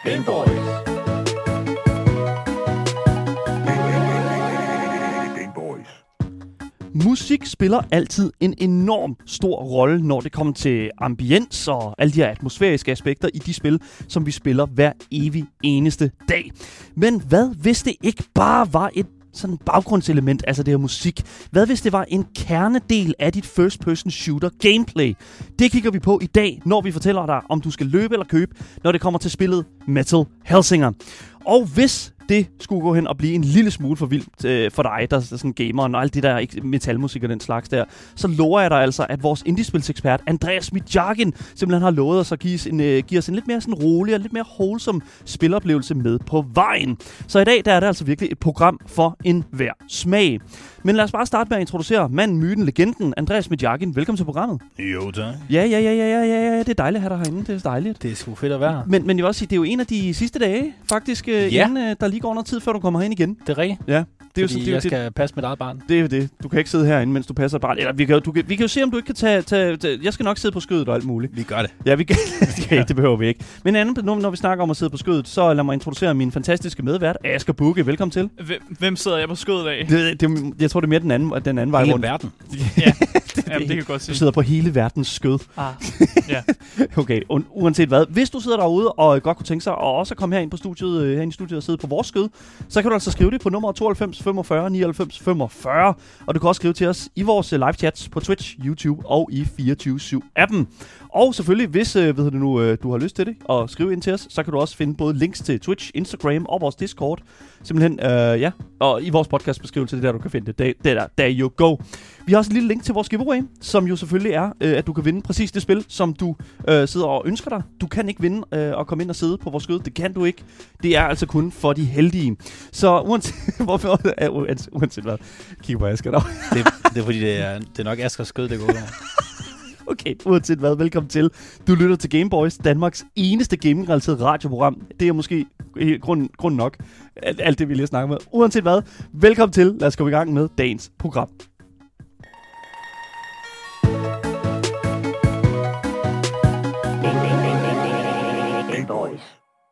Game Boys. Musik spiller altid en enorm stor rolle, når det kommer til ambiens og alle de her atmosfæriske aspekter i de spil, som vi spiller hver evig eneste dag. Men hvad hvis det ikke bare var et sådan baggrundselement, altså det her musik? Hvad hvis det var en kernedel af dit first-person shooter gameplay? Det kigger vi på i dag, når vi fortæller dig, om du skal løbe eller købe, når det kommer til spillet Metal Hellsinger. Og hvis det skulle gå hen og blive en lille smule for vildt for dig, der er sådan gameren og alt det der metalmusik og den slags der, så lover jeg dig altså, at vores indiespilsekspert Andreas Midjagin simpelthen har lovet os at give os en lidt mere sådan rolig og lidt mere wholesome spiloplevelse med på vejen. Så i dag der er det altså virkelig et program for enhver smag. Men lad os bare starte med at introducere manden, myten, legenden, Andreas Midjagin. Velkommen til programmet. Jo, tak. Ja, det er dejligt at have dig herinde. Det er dejligt. Det er sgu fedt at være her. Men jeg vil også sige, det er jo en af de sidste dage, faktisk, inden der lige går noget tid, før du kommer herind igen. Det er rigtigt. Ja. Det er fordi jo, jeg skal passe mit eget barn. Det er jo det. Du kan ikke sidde herinde, mens du passer barn. Eller vi kan jo se, om du ikke kan tage... Jeg skal nok sidde på skødet og alt muligt. Vi gør det. Ja, vi kan. Det behøver vi ikke. Men andet, når vi snakker om at sidde på skødet, så lad mig introducere min fantastiske medvært, Asger Bugge. Velkommen til. Hvem sidder jeg på skødet af? Jeg tror, det er mere den anden vej rundt. Hele verden. Ja, det kan jeg godt sige. Du sidder på hele verdens skød. Ja. Okay, uanset hvad. Hvis du sidder derude og godt kunne tænke sig at også komme herind på studiet, herinde i studiet og sidde på vores skød, så kan du altså skrive det på nummer 92 45 99 45. Og du kan også skrive til os i vores live chats på Twitch, YouTube og i 24/7-appen. Og selvfølgelig, hvis du har lyst til det og skrive ind til os, så kan du også finde både links til Twitch, Instagram og vores Discord. Simpelthen, og i vores podcastbeskrivelse, det der, du kan finde det. There you go. Vi har også en lille link til vores giveaway, som jo selvfølgelig er, at du kan vinde præcis det spil, som du sidder og ønsker dig. Du kan ikke vinde og komme ind og sidde på vores skød. Det kan du ikke. Det er altså kun for de heldige. Så uanset hvad. Kig på Asger der. Det er fordi, det er nok Asgers skød, det går over. Okay, uanset hvad, velkommen til. Du lytter til Game Boys, Danmarks eneste gaming-relateret radioprogram. Det er måske grund nok, alt det vi lige snakker med. Uanset hvad, velkommen til. Lad os gå i gang med dagens program. Game Boys.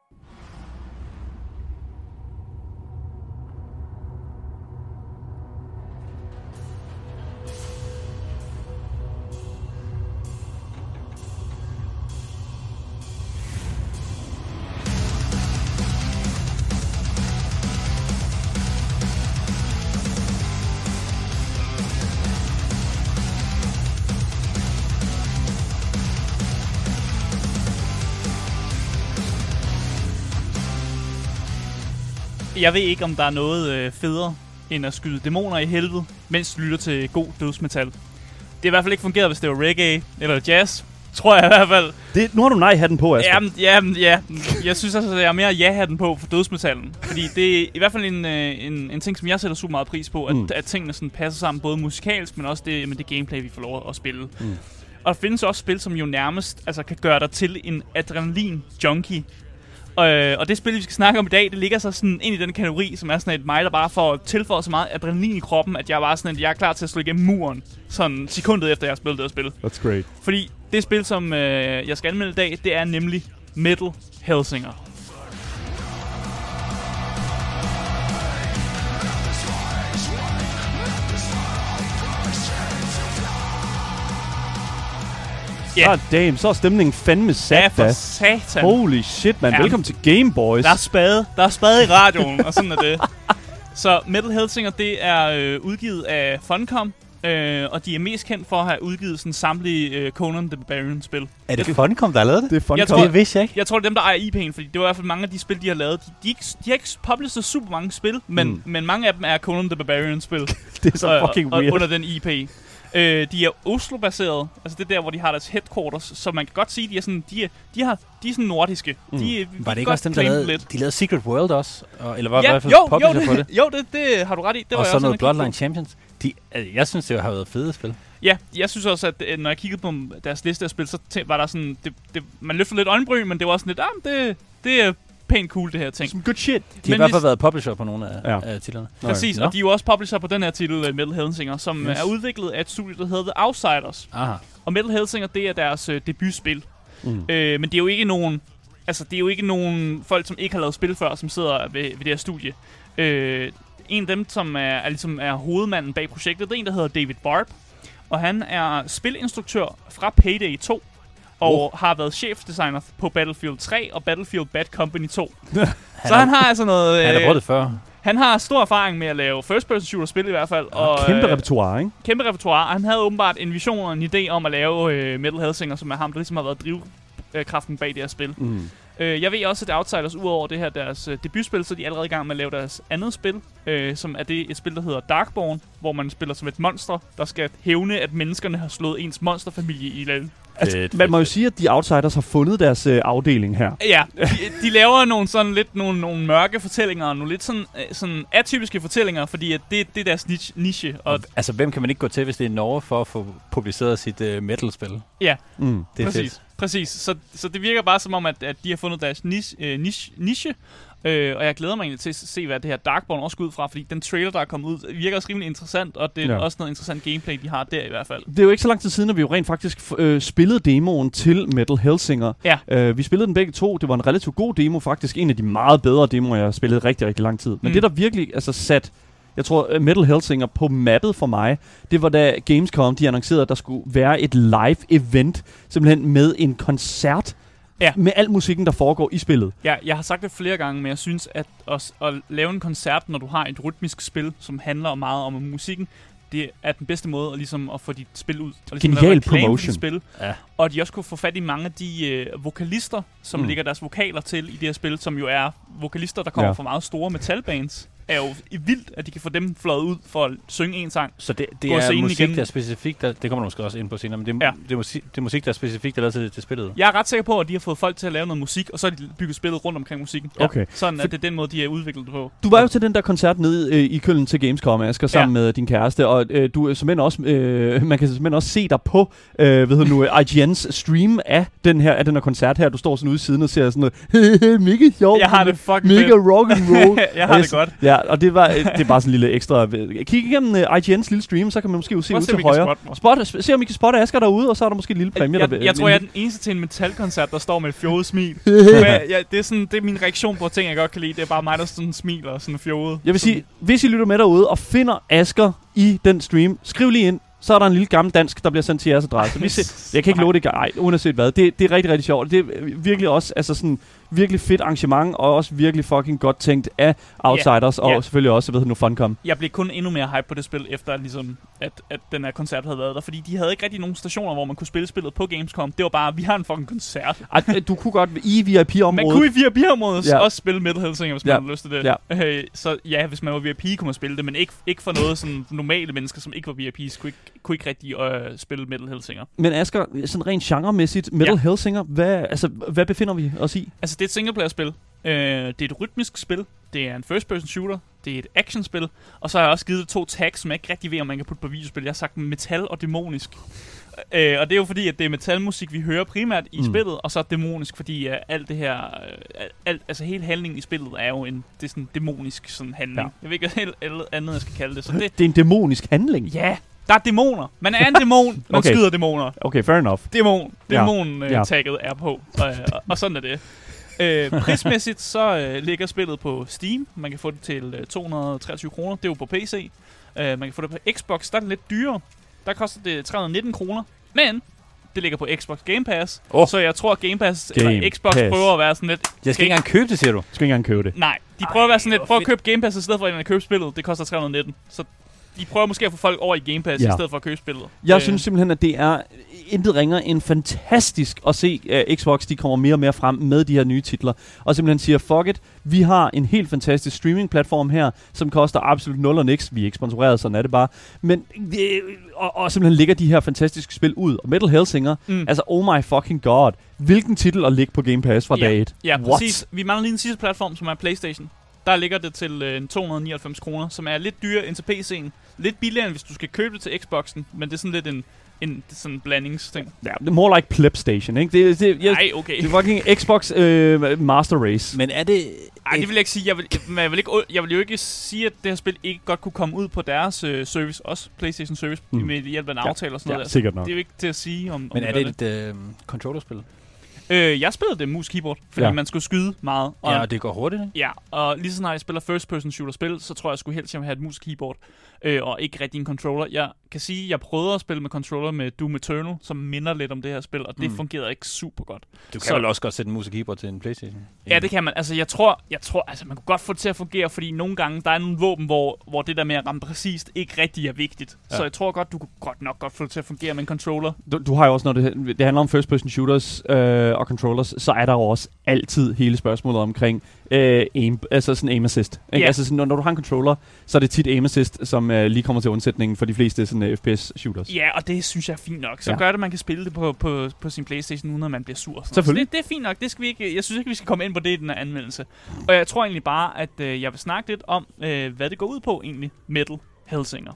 Jeg ved ikke, om der er noget federe end at skyde dæmoner i helvede, mens du lytter til god dødsmetal. Det er i hvert fald ikke fungeret, hvis det var reggae eller jazz. Tror jeg i hvert fald. Nu har du nej-hatten på, Asger. Ja. Jeg synes altså, at jeg er mere ja-hatten på for dødsmetallen. Fordi det er i hvert fald en ting, som jeg sætter super meget pris på, at tingene sådan passer sammen, både musikalsk, men også med det gameplay, vi får lov at spille. Og der findes også spil, som jo nærmest kan gøre dig til en adrenalin-junkie. Og det spil, vi skal snakke om i dag, det ligger så sådan ind i den kategori, som er sådan et mig, der bare får tilføjet så meget adrenalin i kroppen, at jeg bare sådan, at jeg er klar til at slå igennem muren, sådan sekundet efter, jeg har spillet det her spil. That's great. Fordi det spil, som jeg skal anmelde i dag, det er nemlig Metal Hellsinger. Ja. Damn, så er stemningen fandme sat. Ja, for satan. Holy shit, man. Velkommen til Game Boys. Der er spade i radioen, og sådan er det. Så Metal Hellsinger, det er udgivet af Funcom, og de er mest kendt for at have udgivet sådan samtlige Conan the Barbarian-spil. Er det Funcom, der har lavet det? Det er Funcom. Det vidste jeg ikke. Jeg tror, det er dem, der ejer IP'en, fordi det var i hvert fald mange af de spil, de har lavet. De har ikke published super mange spil, men mange af dem er Conan the Barbarian-spil. Det er så fucking weird. Under den IP. De er Oslo-baseret, altså det er der, hvor de har deres headquarters, så man kan godt sige, de er sådan nordiske. Var det ikke også dem, der lavede Secret World også? Eller var i hvert fald publisher på det? Jo, det har du ret i. Det var og så noget Bloodline Champions. Jeg synes, det har været fede spil. Ja, jeg synes også, at når jeg kiggede på deres liste af spil, så var der sådan, man løfter lidt øjenbryn, men det var også lidt, det er pænt cool, det her ting. Some good shit. De har i hvert fald været publisher på nogle af titlerne. Præcis, og de er jo også publisher på den her titel, Metal Hellsinger, som er udviklet af et studie, der hedder The Outsiders. Aha. Og Metal Hellsinger, det er deres debutspil. Men det er jo ikke nogen altså, det er jo ikke nogen folk, som ikke har lavet spil før, som sidder ved det her studie. En af dem, som er hovedmanden bag projektet, det er en, der hedder David Barb. Og han er spilinstruktør fra Payday 2. Og har været chefdesigner på Battlefield 3 og Battlefield Bad Company 2. Så han har altså noget... Han har prøvet det før. Han har stor erfaring med at lave first-person shooter-spil i hvert fald. Og kæmpe repertoire, ikke? Kæmpe repertoire. Han havde åbenbart en vision og en idé om at lave Metal Hellsinger, som er ham, der ligesom har været drivkraften bag det her spil. Jeg ved også, at Outsiders, udover det her deres debutspil, så er de allerede i gang med at lave deres andet spil, som er et spil, der hedder Darkborn, hvor man spiller som et monster, der skal hævne, at menneskerne har slået ens monsterfamilie ihjel. Altså, man må jo sige, at de Outsiders har fundet deres afdeling her. Ja, de laver nogle mørke fortællinger, og nogle lidt sådan atypiske fortællinger, fordi at det er deres niche. Og altså, hvem kan man ikke gå til, hvis det er Norge, for at få publiceret sit metal-spil? Ja, det er fedt. Præcis. Så det virker bare som om, at de har fundet deres niche. Og jeg glæder mig egentlig til at se, hvad det her Darkborn også går ud fra, fordi den trailer, der er kommet ud, virker også rimelig interessant, og det er også noget interessant gameplay, de har der i hvert fald. Det er jo ikke så lang tid siden, at vi jo rent faktisk spillede demoen til Metal Hellsinger. Ja. Vi spillede den begge to. Det var en relativt god demo, faktisk en af de meget bedre demoer, jeg har spillet rigtig, rigtig lang tid. Men det, der virkelig sat, jeg tror, Metal Hellsinger på mappet for mig, det var da Gamescom, de annoncerede, at der skulle være et live-event, simpelthen med en koncert, med al musikken, der foregår i spillet. Ja, jeg har sagt det flere gange, men jeg synes, at at lave en koncert, når du har et rytmisk spil, som handler meget om musikken, det er den bedste måde at få dit spil ud. Og ligesom genial promotion. Spil. Ja. Og de også kunne få fat i mange af de vokalister, som lægger deres vokaler til i det her spil, som jo er vokalister, der kommer fra meget store metalbands. Er jo vildt, at de kan få dem fløjet ud for at synge en sang. Så det er musik, igen. Der er specifikt, det kommer du måske også ind på senere, men det er musik, der er specifikt, der er lavet til spillet. Jeg er ret sikker på, at de har fået folk til at lave noget musik, og så har de bygget spillet rundt omkring musikken. Okay. Sådan at det er den måde, de er udviklet det på. Du var jo til den der koncert nede i Køln til Gamescom, Asger, sammen med din kæreste, og du er simpelthen også, man kan simpelthen også se dig på IGN's stream af den her koncert her. Du står sådan ude i siden og ser sådan noget, mega sjovt. Jeg har det fucking mega rock and roll. Jeg har det godt. Ja, og det er bare sådan en lille ekstra. Kig igennem IGN's lille stream, så kan man måske jo se ud til højre. Se om I kan spotte Asger derude, og så er der måske en lille præmie. Jeg tror, jeg er den eneste til en metalkoncert, der står med et fjoget smil. Det er min reaktion på ting, jeg godt kan lide. Det er bare mig, der sådan smiler og sådan fjoget. Jeg vil sige, hvis I lytter med derude og finder Asger i den stream, skriv lige ind. Så er der en lille gammel dansk, der bliver sendt til jeres adresse. Jeg kan ikke love det, uanset hvad. Det er rigtig, rigtig sjovt. Det er virkelig også sådan virkelig fedt arrangement, og også virkelig fucking godt tænkt af Outsiders, og selvfølgelig også, Funcom. Jeg blev kun endnu mere hype på det spil, efter ligesom, at den her koncert havde været der, fordi de havde ikke rigtig nogen stationer, hvor man kunne spille spillet på Gamescom. Det var bare, vi har en fucking koncert. Du kunne godt i VIP-området. Man kunne i VIP-området også spille Metal Hellsinger, hvis man havde lyst til det. Ja. Så hvis man var VIP, kunne man spille det, men ikke for noget sådan normale mennesker, som ikke var VIP's, kunne ikke rigtig spille Metal Hellsinger. Men Asger, sådan rent genremæssigt, Metal Hellsinger, hvad befinder vi os i? Altså, det er et singleplayer-spil. Det er et rytmisk spil. Det er en first-person shooter. Det er et actionspil. Og så har jeg også givet det 2 tags, som jeg ikke rigtig ved, om man kan putte på videospil. Jeg har sagt metal og dæmonisk. Og det er jo fordi, at det er metalmusik, vi hører primært i spillet, og så dæmonisk, fordi alt det her, altså hele handlingen i spillet er jo det er sådan en dæmonisk sådan handling. Ja. Jeg ved ikke helt andet, jeg skal kalde det. Så det er en dæmonisk handling? Ja. Der er dæmoner. Man er en dæmon, man skyder dæmoner. Okay, fair enough. Dæmon-tagget er på, og sådan er det. Prismæssigt så ligger spillet på Steam. Man kan få det til 223 kroner. Det er jo på PC. Man kan få det på Xbox. Der er det lidt dyrere. Der koster det 319 kroner. Men det ligger på Xbox Game Pass. Så jeg tror, at Game Pass eller Xbox prøver at være sådan lidt... Jeg skal ikke engang købe det, siger du? Jeg skal ikke engang købe det. Nej, de prøver at være sådan lidt... Prøv at købe Game Pass i stedet for at købe spillet. Det koster 319. Så de prøver måske at få folk over i Game Pass i stedet for at købe spillet. Jeg synes simpelthen, at det er intet ringer end fantastisk at se Xbox, de kommer mere og mere frem med de her nye titler, og simpelthen siger, fuck it, vi har en helt fantastisk streaming-platform her, som koster absolut 0 og niks. Vi er ikke sponsoreret, sådan er det bare. Men, og simpelthen lægger de her fantastiske spil ud. Og Metal Hellsinger, altså oh my fucking god, hvilken titel at ligge på Game Pass fra dag 1. Ja, præcis. Vi mangler lige en sidste platform, som er PlayStation. Der ligger det til 299 kroner, som er lidt dyrere end til PC'en. Lidt billigere, end hvis du skal købe det til Xboxen, men det er sådan lidt en sådan blandingsting. Ja, det er more like Plebstation, ikke? Nej, okay. Det er fucking Xbox Master Race. Men er det... Nej, det vil jeg ikke sige. Jeg vil jo ikke sige, at det her spil ikke godt kunne komme ud på deres service, også PlayStation Service, med hjælp af en aftale og sådan noget der. Sikkert nok. Det er jo ikke til at sige, om men er det et controllerspil? Jeg spillede det mus-keyboard, fordi man skulle skyde meget. Og det går hurtigt, ikke? Ja, og lige så når jeg spiller first-person shooter-spil, så tror jeg sgu helst, at jeg vil have et mus-keyboard, og ikke rigtig en controller. Jeg kan sige, at jeg prøvede at spille med controller med Doom Eternal, som minder lidt om det her spil, og det fungerede ikke super godt. Du kan vel også godt sætte en mus og keyboard til en PlayStation? Ja, det kan man. Altså, jeg tror, altså, man kunne godt få det til at fungere, fordi nogle gange, der er nogle våben, hvor det der med at ramme præcist ikke rigtig er vigtigt. Ja. Så jeg tror godt, du kunne godt få det til at fungere med en controller. Du har jo også, når det handler om first-person shooters og controllers, så er der jo også altid hele spørgsmålet omkring aim, altså sådan aim assist. Ikke? Altså sådan, når du har en controller, så er det tit aim assist, som lige kommer til undsætningen for de fleste sådan, FPS shooters. Ja, og det synes jeg er fint nok. Så gør det, at man kan spille det på sin PlayStation, uden at man bliver sur. Selvfølgelig. Så det er fint nok. Det skal vi ikke, jeg synes ikke, vi skal komme ind på det i den her anmeldelse. Og jeg tror egentlig bare, at jeg vil snakke lidt om, hvad det går ud på egentlig, Metal Hellsinger.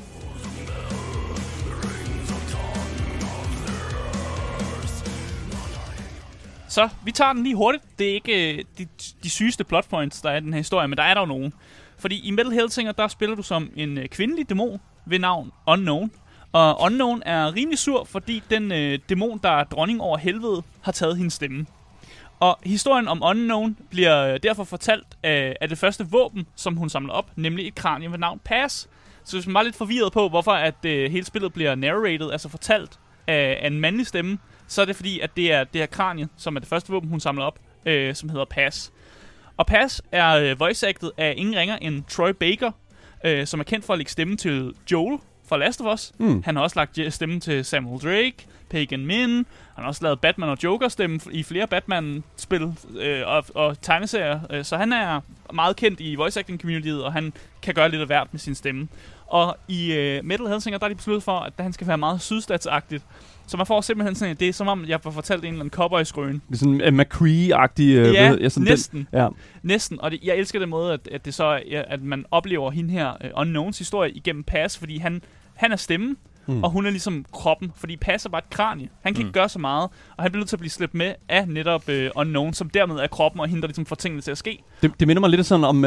Så vi tager den lige hurtigt. Det er ikke de sygeste plotpoints, der er i den her historie, men der er der jo nogen. Fordi i Metal Hellsinger, der spiller du som en kvindelig dæmon ved navn Unknown. Og Unknown er rimelig sur, fordi den dæmon, der er dronning over helvede, har taget hendes stemme. Og historien om Unknown bliver derfor fortalt af det første våben, som hun samler op, nemlig et kranie ved navn Pass. Så hvis man var lidt forvirret på, hvorfor at hele spillet bliver narrated, altså fortalt af en mandlig stemme, så er det fordi, at det er det her kranie, som er det første våben, hun samler op, som hedder Pass. Og Pass er voice-acted af ingen ringer end Troy Baker, som er kendt for at lægge stemme til Joel fra Last of Us. Han har også lagt stemme til Samuel Drake, Pagan Min. Han har også lavet Batman og Joker stemme i flere Batman-spil og tegneserier. Så han er meget kendt i voice-acting-communityet, og han kan gøre lidt af hvert med sin stemme. Og i Metal Hellsinger, der er de besluttet for, at han skal være meget sydstatsagtigt. Så man får simpelthen sådan, det er som om, jeg får fortalt en eller anden cowboy-skrøn. Det er sådan en McCree-agtig... næsten. Næsten. Og jeg elsker den måde, at det så at man oplever hende her Unknowns historie igennem Pass, fordi han er stemmen, og hun er ligesom kroppen, fordi Pass er bare et kranie. Han kan ikke gøre så meget, og han bliver nødt til at blive slæbt med af netop Unknown, som dermed er kroppen, og hende, der ligesom får tingene til at ske. Det minder mig lidt sådan om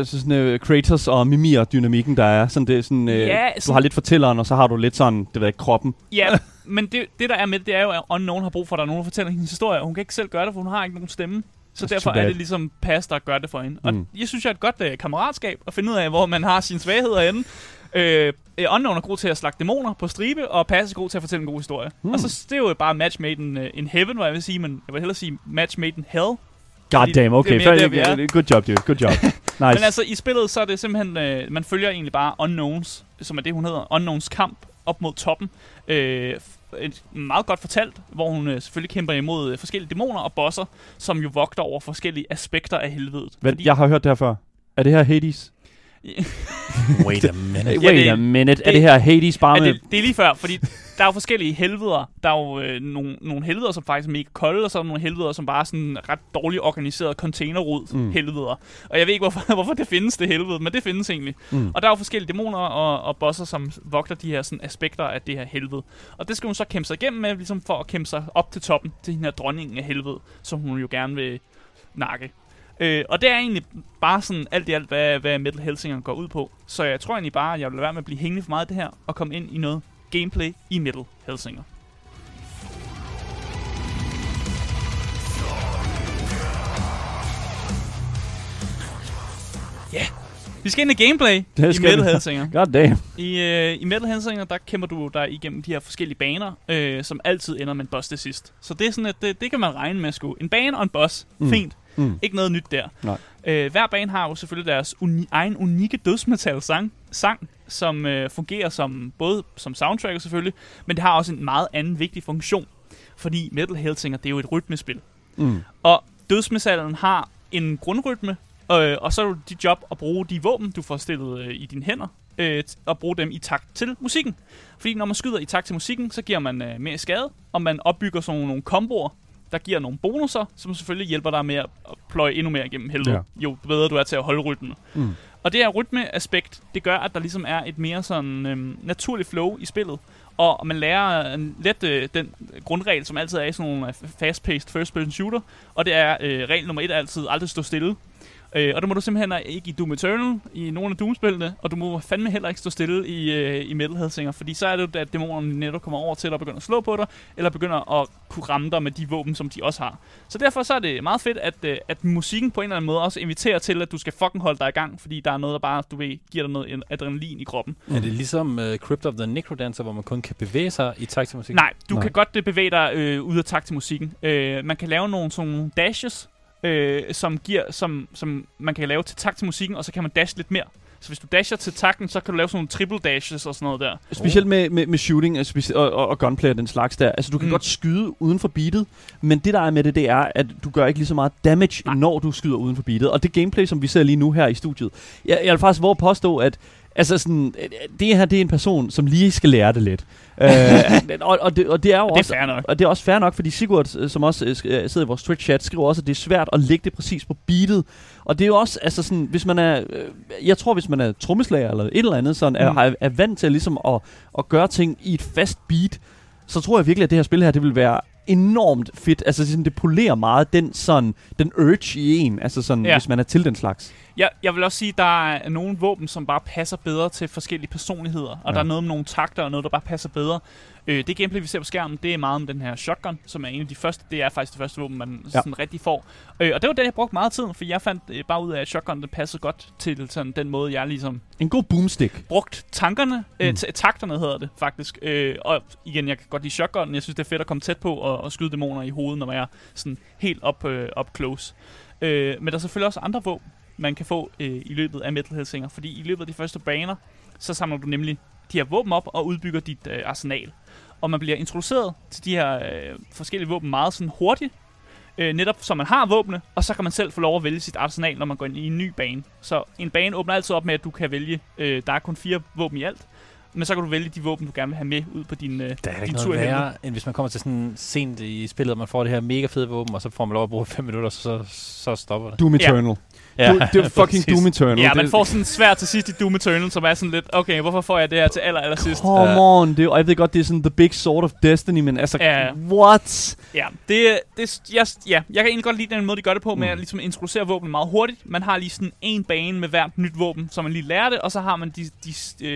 Kratos og Mimir-dynamikken, der er. Sådan, det er sådan, du har lidt fortælleren, og så har du lidt sådan, det ved jeg, kroppen. Ja, men det der er med det er jo, at Unknown har brug for, at der er nogen, der fortæller hendes historie, og hun kan ikke selv gøre det, for hun har ikke nogen stemme. Så derfor er det ligesom Pass, der gør det for hende. Og jeg synes, det er et godt kammeratskab at finde ud af, hvor man har sine svagheder henne. Unknown er god til at slagte dæmoner på stribe, og Pass er god til at fortælle en god historie. Og så det er jo bare match made in heaven, hvad jeg vil sige, men jeg vil hellere sige match made in hell. Goddamn, okay. Good job, dude. Good job. Nice. Men altså, i spillet, så er det simpelthen, man følger egentlig bare Unknowns, som er det, hun hedder, Unknowns kamp op mod toppen. Meget godt fortalt, hvor hun selvfølgelig kæmper imod forskellige dæmoner og bosser, som jo vogter over forskellige aspekter af helvedet. Jeg har hørt det her før. Er det her Hades? Wait a minute. Wait a minute. Er det her Hades bare med... Det er lige før, fordi der er jo forskellige helveder. Der er jo nogle helveder, som faktisk er mega kolde, og så er der nogle helveder, som bare er sådan ret dårligt organiseret containerrod helveder. Og jeg ved ikke, hvorfor det findes, det helvede, men det findes egentlig. Og der er jo forskellige dæmoner og bosser, som vogter de her sådan, aspekter af det her helvede. Og det skal hun så kæmpe sig igennem med, ligesom for at kæmpe sig op til toppen, til den her dronningen af helvede, som hun jo gerne vil nakke. Og det er egentlig bare sådan alt i alt, hvad Metal Hellsinger går ud på. Så jeg tror egentlig bare, at jeg vil lade være med at blive hængende for meget af det her, og komme ind i noget gameplay i Metal Hellsinger. Ja, yeah. Vi skal ind i gameplay i Metal Hellsinger. God damn. I Metal Hellsinger, der kæmper du dig igennem de her forskellige baner, som altid ender med en boss til sidst. Så det er sådan, at det kan man regne med sgu. En bane og en boss. Fint. Ikke noget nyt der. Hver bane har jo selvfølgelig deres egen unikke dødsmetal-sang, som fungerer som både som soundtrack selvfølgelig, men det har også en meget anden vigtig funktion. Fordi Metal Hellsinger, det er jo et rytmespil. Og dødsmetallen har en grundrytme, og så er det dit job at bruge de våben, du får stillet i dine hænder, og bruge dem i takt til musikken. Fordi når man skyder i takt til musikken, så giver man mere skade, og man opbygger sådan nogle komboer, der giver nogle bonusser, som selvfølgelig hjælper dig med at pløje endnu mere igennem helvede, jo bedre du er til at holde rytmen. Og det her rytmeaspekt, det gør, at der ligesom er et mere sådan naturligt flow i spillet, og man lærer let den grundregel, som altid er i sådan nogle fast-paced first-person shooter, og det er regel nummer 1 altid aldrig stå stille. Og det må du simpelthen ikke i Doom Eternal, i nogle af Doom-spillene, og du må fandme heller ikke stå stille i Metal Hellsinger, fordi så er det at dæmonerne netop kommer over til at begynde at slå på dig, eller begynder at kunne ramme dig med de våben, som de også har. Så derfor så er det meget fedt, at musikken på en eller anden måde også inviterer til, at du skal fucking holde dig i gang, fordi der er noget, der bare, du ved, giver dig noget adrenalin i kroppen. Er det ligesom Crypt of the Necrodancer, hvor man kun kan bevæge sig i takt til musikken? Nej, du kan godt bevæge dig ud af takt til musikken. Man kan lave nogle dashes, som man kan lave til takt til musikken, og så kan man dash lidt mere. Så hvis du dasher til takten, så kan du lave sådan nogle triple dashes og sådan noget der. Specielt med shooting og gunplay og den slags der. Altså, du kan godt skyde uden for beatet, men det der er med det er, at du gør ikke lige så meget damage, når du skyder uden for beatet. Og det gameplay, som vi ser lige nu her i studiet, jeg vil faktisk våge påstå, at altså sådan, det her, det er en person, som lige skal lære det lidt. Og det er jo også fair nok. Og det er også fair nok, fordi Sigurd, som også sidder i vores Twitch-chat, skriver også, at det er svært at lægge det præcis på beatet. Og det er jo også, altså sådan, hvis man er, jeg tror, hvis man er trommeslager eller et eller andet, sådan, er vant til ligesom at gøre ting i et fast beat, så tror jeg virkelig, at det her spil her, det vil være enormt fedt. Altså sådan, det polerer meget den urge i en, altså sådan, hvis man er til den slags. Ja, jeg vil også sige, at der er nogle våben, som bare passer bedre til forskellige personligheder, og der er noget med nogle takter og noget, der bare passer bedre. Det gameplay, vi ser på skærmen, det er meget om den her shotgun, som er en af de første. Det er faktisk det første våben, man sådan rigtig får. Og det var det, jeg brugte meget tid, for jeg fandt bare ud af, at shotgun det passede godt til sådan den måde, jeg ligesom... En god boomstick. Brugt tankerne, takterne hedder det faktisk. Og igen, jeg kan godt lide shotgun. Jeg synes, det er fedt at komme tæt på og skyde dæmoner i hovedet, når jeg er sådan helt up close. Men der er selvfølgelig også andre våben, man kan få i løbet af Metal Hellsinger, fordi i løbet af de første baner, så samler du nemlig de her våben op og udbygger dit arsenal. Og man bliver introduceret til de her forskellige våben meget sådan hurtigt, netop så man har våbne, og så kan man selv få lov at vælge sit arsenal, når man går ind i en ny bane. Så en bane åbner altid op med, at du kan vælge, der er kun 4 våben i alt, men så kan du vælge de våben, du gerne vil have med ud på din tur. Det er ikke noget værre, end hvis man kommer til sådan sent i spillet, og man får det her mega fede våben, og så får man lov at bruge 5 minutter, så stopper det. Doom Eternal. Ja. Det er fucking Doom Eternal. Ja, man får sådan svært til sidst i Doom Eternal, som er sådan lidt, okay, hvorfor får jeg det her til aller sidst? Come on, og jeg ved godt, det er sådan the big sword of destiny, men altså, what? Ja, jeg kan egentlig godt lide den måde, de gør det på, med at ligesom introducere våben meget hurtigt. Man har lige sådan en bane med hvert nyt våben, så man lige lærer det, og så har man de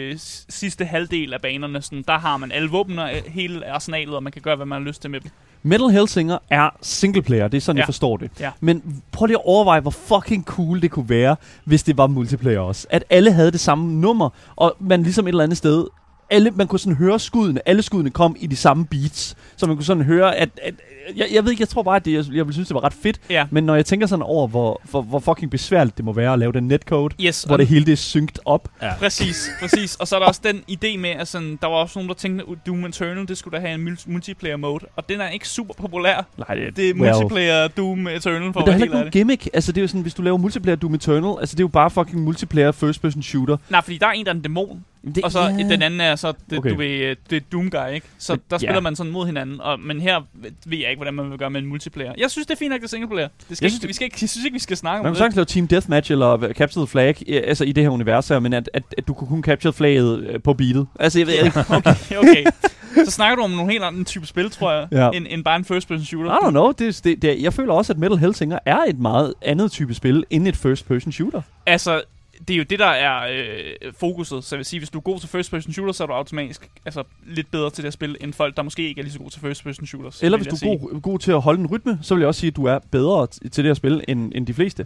sidste halvdel af banerne, sådan, der har man alle våbnene, hele arsenalet, og man kan gøre, hvad man har lyst til med dem. Metal Hellsinger er singleplayer, det er sådan, jeg forstår det. Ja. Men prøv lige at overveje, hvor fucking cool det kunne være, hvis det var multiplayer også. At alle havde det samme nummer, og man ligesom et eller andet sted, man kunne sådan høre skuddene, alle skuddene kom i de samme beats, så man kunne sådan høre, at jeg ved ikke, jeg tror bare, at jeg ville synes, det var ret fedt, men når jeg tænker sådan over, hvor fucking besværligt det må være at lave den netcode, hvor det hele det er synkt op. Ja. Præcis. Og så er der også den idé med, at sådan, der var også nogen, der tænkte, at Doom Eternal, det skulle da have en multiplayer mode, og den er ikke super populær. Nej, det er multiplayer Doom Eternal. Men der er heller ikke nogen gimmick. Altså, det er jo sådan, hvis du laver multiplayer Doom Eternal, altså det er jo bare fucking multiplayer first person shooter. Nej, fordi der er en, der er en dæmon. Og så den anden er så det er Doom Guy, ikke? Så der spiller man sådan mod hinanden. Men her ved jeg ikke, hvordan man vil gøre med en multiplayer. Jeg synes, det er fint, at det er singleplayer. Jeg synes ikke, vi skal snakke om det. Man kan sagtens lave Team Deathmatch eller Capture the Flag, altså i det her univers her, men at du kunne kun capture flaget på beatet. Altså, jeg ved ikke. Okay. Så snakker du om nogle helt andre type spil, tror jeg, end bare en first-person shooter. I don't know. Jeg føler også, at Metal Hellsinger er et meget andet type spil end et first-person shooter. Altså, det er jo det, der er fokuset. Så jeg vil sige, hvis du er god til first-person shooter, så er du automatisk lidt bedre til det at spille, end folk, der måske ikke er lige så gode til first-person shooters. Eller hvis du er god til at holde en rytme, så vil jeg også sige, at du er bedre til det at spille, end de fleste.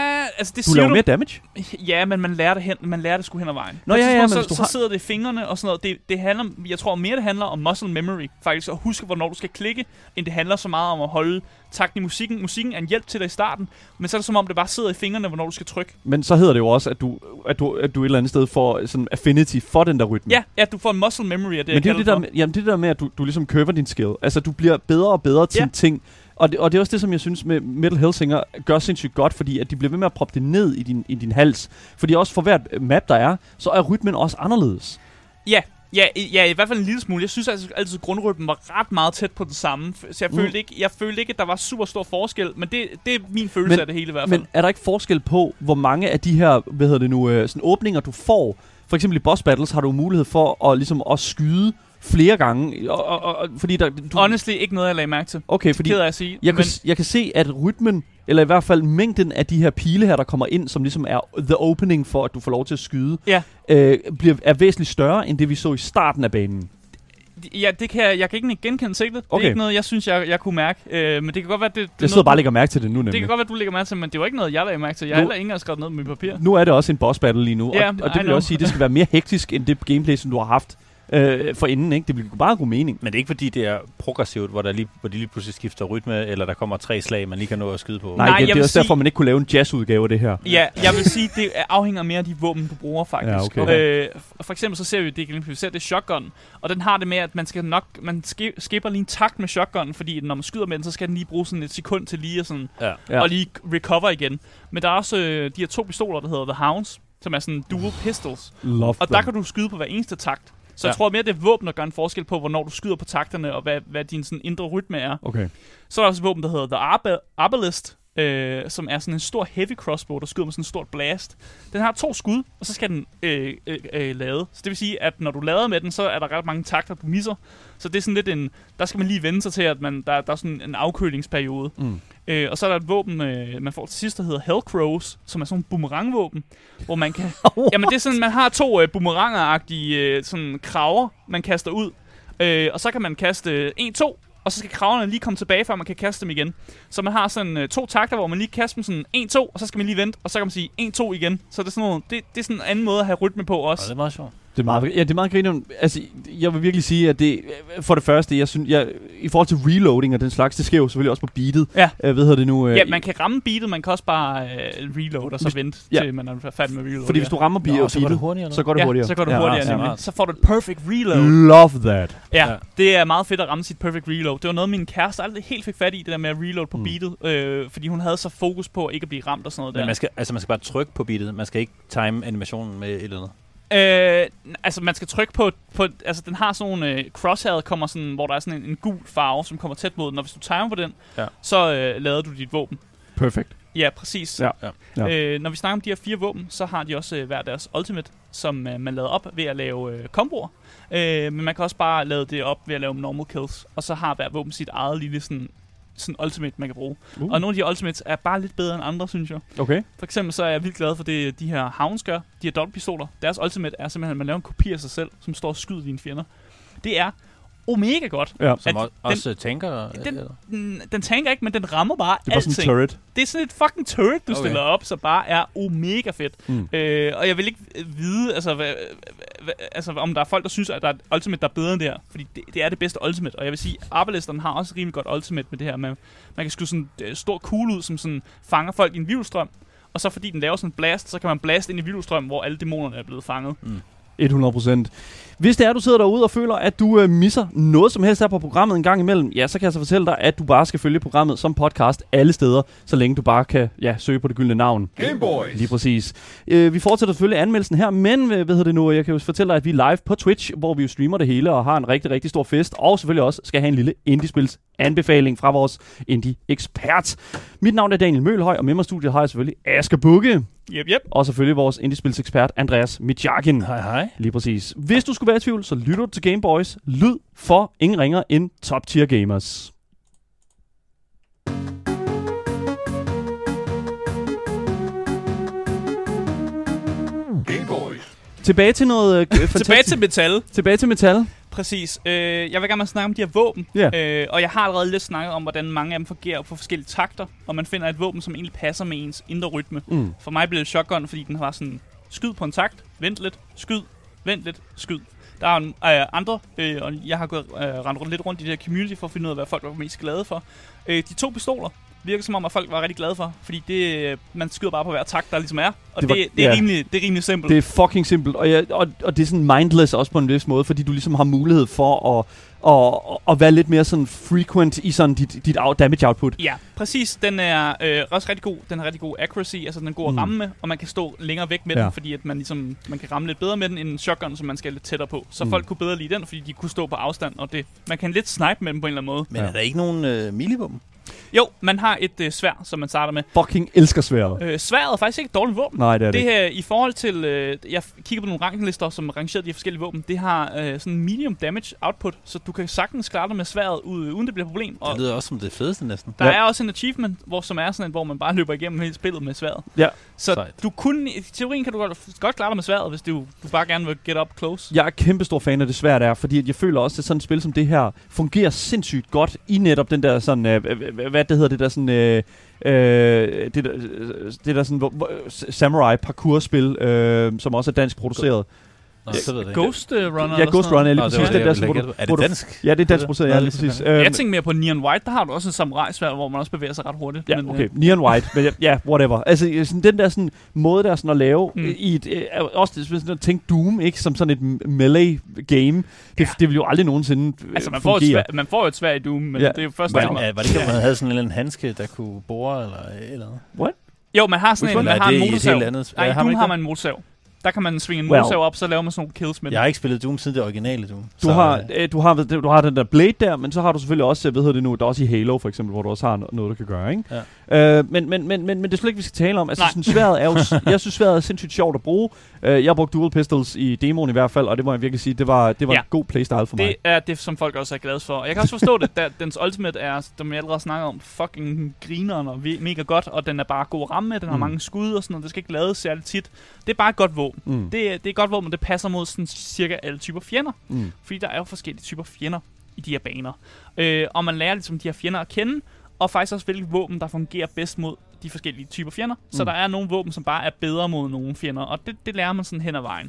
Det du laver mere damage? Ja, men man lærer det sgu hen ad vejen. Nå, så sidder det i fingrene og sådan noget. Det handler, jeg tror mere, det handler om muscle memory, faktisk, at huske, hvornår du skal klikke, end det handler så meget om at holde takten i musikken. Musikken er en hjælp til dig i starten, men så er det som om, det bare sidder i fingrene, hvornår du skal trykke. Men så hedder det jo også, at du et eller andet sted får sådan affinity for den der rytme. Ja, du får en muscle memory af det. Men det der med, at du ligesom køber din skill. Altså, du bliver bedre og bedre til ting. Og det er også det, som jeg synes med Metal Hellsinger gør sindssygt godt, fordi at de bliver ved med at proppe det ned i din hals. Fordi også for hvert map, der er, så er rytmen også anderledes. Ja, i hvert fald en lille smule. Jeg synes altid, at grundrytmen var ret meget tæt på det samme. Så jeg følte ikke, at der var super stor forskel. Men det er min følelse af det hele i hvert fald. Men er der ikke forskel på, hvor mange af de her, sådan åbninger, du får? For eksempel i boss battles har du mulighed for at, ligesom, at skyde flere gange. Fordi Honestly, ikke noget, jeg lagde mærke til. Okay, fordi ked af at sige. Jeg kan se, at rytmen eller i hvert fald mængden af de her pile her, der kommer ind, som ligesom er the opening for, at du får lov til at skyde, er væsentligt større, end det vi så i starten af banen. Ja, jeg kan ikke genkende sigtet. Okay. Det er ikke noget, jeg synes, jeg kunne mærke. Men det kan godt være, det jeg sidder bare og lægger mærke til det nu, nemlig. Det kan godt være, du lægger mærke til, men det var ikke noget, jeg lagde mærke til. Jeg har heller ikke skrevet ned med papir. Nu er det også en boss battle lige nu, ja, og det vil jeg også sige, det skal være mere hektisk, end det gameplay, som du har haft for inden, ikke? Det vil bare god mening. Men det er ikke fordi, det er progressivt, hvor de lige pludselig skifter rytme, eller der kommer 3 slag, man lige kan nå at skyde på. Nej, det er også derfor, man ikke kunne lave en jazzudgave af det her. Ja, jeg vil sige, det afhænger mere af de våben, du bruger faktisk. Ja, okay. For eksempel så ser vi det gameplay, det er shotgun, og den har det med, at man skipper lige en takt med shotgun, fordi når man skyder med den, så skal den lige bruge sådan et sekund til lige og lige recover igen. Men der er også de her 2 pistoler, der hedder The Hounds, som er sådan dual pistols. Og der kan du skyde på hver eneste takt. Så jeg tror mere, det er våben, der gør en forskel på, hvornår du skyder på takterne, og hvad din sådan indre rytme er. Okay. Så er der også et våben, der hedder The Arbalist, som er sådan en stor heavy crossbow, der skyder med sådan en stort blast. Den har 2 skud, og så skal den lade. Så det vil sige, at når du lader med den, så er der ret mange takter, du misser. Så det er sådan lidt der skal man lige vende sig til, at der er sådan en afkølingsperiode. Og så er der et våben, man får til sidst, der hedder Hellcrows, som er sådan en boomerangvåben, hvor man kan... Jamen det er sådan, man har 2 boomerangeragtige sådan kraver, man kaster ud. Og så kan man kaste 1-2, og så skal kraverne lige komme tilbage, før man kan kaste dem igen. Så man har sådan 2 takter, hvor man lige kaster dem sådan 1-2, og så skal man lige vente, og så kan man sige 1-2 igen. Så det er sådan noget, det er sådan en anden måde at have rytme på også. Ja, det er meget sjovt. Det er meget grinerende. Altså, jeg vil virkelig sige, at det for det første, jeg synes, i forhold til reloading og den slags, det sker jo selvfølgelig også på beatet. Ja. Ved det nu? Ja, man kan ramme beatet, man kan også bare reload og så vente til man er færdig med reload. Fordi hvis du rammer beatet, så går det hurtigere. Så går det hurtigere. Så går det hurtigere. Så får du et perfect reload. Love that. Ja, det er meget fedt at ramme sit perfect reload. Det var noget, min kæreste aldrig helt fik fat i, det der med at reload på beatet, fordi hun havde så fokus på at ikke at blive ramt og sådan noget der. Men man skal bare trykke på beatet. Man skal ikke time animationen med et eller andet. Altså man skal trykke på altså den har sådan nogle crosshairet kommer sådan, hvor der er sådan en gul farve, som kommer tæt mod den, og hvis du timer på den, så lader du dit våben. Perfekt. Ja, præcis. Ja. Når vi snakker om de her 4 våben, så har de også hver deres ultimate, som man lader op ved at lave komboer. Men man kan også bare lade det op ved at lave normal kills, og så har hver våben sit eget lille sådan ultimate, man kan bruge. Og nogle af de ultimates er bare lidt bedre end andre, synes jeg. Okay. For eksempel så er jeg vildt glad for det, de her Hounds gør. De her dobbeltpistoler. Deres ultimate er simpelthen, at man laver en kopi af sig selv, som står og skyder dine fjender. Det er mega godt. Ja. Som også tanker? Den tanker ikke, men den rammer bare alting. Det er bare sådan en turret. Det er sådan et fucking turret, du stiller op, så bare er mega fedt. Og jeg vil ikke vide, altså om der er folk, der synes, at der er et ultimate, der er bedre end det her. Fordi det er det bedste ultimate. Og jeg vil sige, Arbalisteren har også rimelig godt ultimate med det her. Man kan skyde sådan en stor kugle ud, som sådan fanger folk i en virvelstrøm. Og så fordi den laver sådan en blast, så kan man blaste ind i virvelstrøm, hvor alle dæmonerne er blevet fanget. 100%. Hvis det er, du sidder derude og føler, at du misser noget som helst her på programmet en gang imellem, ja, så kan jeg så fortælle dig, at du bare skal følge programmet som podcast alle steder, så længe du bare kan søge på det gyldne navn. Gameboys! Lige præcis. Vi fortsætter selvfølgelig anmeldelsen her, men jeg kan jo fortælle dig, at vi er live på Twitch, hvor vi jo streamer det hele og har en rigtig, rigtig stor fest, og selvfølgelig også skal have en lille indiespils anbefaling fra vores indie-ekspert. Mit navn er Daniel Mølhøj, og med mig i studiet har jeg selvfølgelig Asger Bugge. Yep. Og selvfølgelig vores indiespilsekspert Andreas Mitjakin. Hej. Lige præcis. Hvis du skulle være i tvivl, så lytter du til Gameboys. Lyd for ingen ringer end Top Tier Gamers. Gameboys! Tilbage til noget fantastisk. Tilbage til metal. Præcis. Jeg vil gerne snakke om de her våben. Yeah. Og jeg har allerede lidt snakket om, hvordan mange af dem fungerer på forskellige takter. Og man finder et våben, som egentlig passer med ens indre rytme. For mig blev det shotgun, fordi den var sådan, skyd på en takt, vent lidt, skyd, vent lidt, skyd. Der er andre, og jeg har gået rendt lidt rundt i det her community for at finde ud af, hvad folk var mest glade for. De 2 pistoler virker som om, at folk var rigtig glade for, fordi man skyder bare på hver takt, der ligesom er. Og det er rimelig simpelt. Det er fucking simpelt, og det er sådan mindless også på en vis måde, fordi du ligesom har mulighed for at være lidt mere sådan frequent i sådan dit damage output. Ja, præcis. Den er også rigtig god. Den har rigtig god accuracy, altså den er god at ramme med, og man kan stå længere væk med den, fordi at man kan ramme lidt bedre med den end en shotgun, som man skal lidt tættere på. Så folk kunne bedre lide den, fordi de kunne stå på afstand, og man kan lidt snipe med den på en eller anden måde. Men er der ikke nogen melee-våben? Jo, man har et sværd, som man starter med. Fucking elsker sværdet. Sværdet er faktisk ikke et dårligt våben. Nej, det er det Det her, i forhold til... jeg kigger på nogle ranglister, som rangerer de her forskellige våben. Det har sådan medium damage output, så du kan sagtens klare det med sværdet, uden det bliver et problem. Og Det lyder også som det fedeste næsten. der er også en achievement, som er sådan en, hvor man bare løber igennem hele spillet med sværdet. Ja. Så Sejt. du kunne, i teorien kan du godt klare dig med sværdet, hvis du bare gerne vil get up close. Jeg er kæmpe stor fan af det svært er, fordi at jeg føler også, at sådan et spil som det her fungerer sindssygt godt i netop den der sådan, hvad det hedder, det der sådan, det der sådan samurai parkour-spil, som også er dansk produceret. Nå, så ved jeg det. Ghost Runner. Ja, Ghost Runner er lige Nå, det præcis var den det, der, jeg som ville gætte. Er det dansk? Ja, det er dansk produceret, ja, lige præcis. Jeg tænker mere på Neon White, der har du også et samurai-sværd, hvor man også bevæger sig ret hurtigt. Ja, okay. Neon White, men ja, whatever. Altså, sådan, den der sådan, måde der sådan at lave i et... også sådan at tænke Doom, ikke? Som sådan et melee-game. Det vil jo aldrig nogensinde altså, man får jo et sværd i Doom, men det er jo først... Var det ikke, at man havde sådan en eller anden handske, der kunne bore, eller noget? What? Jo, man har sådan en, man har en motorsav. Nej, i Doom har man en motorsav. Der kan man svinge en motorsav op, så laver man sådan nogle kills med den. Jeg har ikke spillet Doom siden det originale Doom. Du har den der blade der, men så har du selvfølgelig også, jeg ved det nu, der er også i Halo for eksempel, hvor du også har noget, du kan gøre, ikke? Ja. Men det er slet ikke, vi skal tale om. Altså, sådan, sværet er jo, jeg synes, sværet er sindssygt sjovt at bruge. Jeg har brugt dual pistols i demoen i hvert fald, og det må jeg virkelig sige, det var en god playstyle for mig. Det er det, som folk også er glade for. Jeg kan også forstå det, at dens ultimate er, som jeg allerede snakker om, fucking grineren og mega godt, og den er bare god at ramme med, den har mange skud og sådan noget, det skal ikke lades særligt tit. Det er bare et godt våben. Det er et godt våben, det passer mod sådan cirka alle typer fjender. Fordi der er jo forskellige typer fjender i de her baner. Og man lærer ligesom de her fjender at kende, og faktisk også hvilke våben, der fungerer bedst mod de forskellige typer fjender. Så der er nogle våben, som bare er bedre mod nogle fjender, og det lærer man sådan hen ad vejen.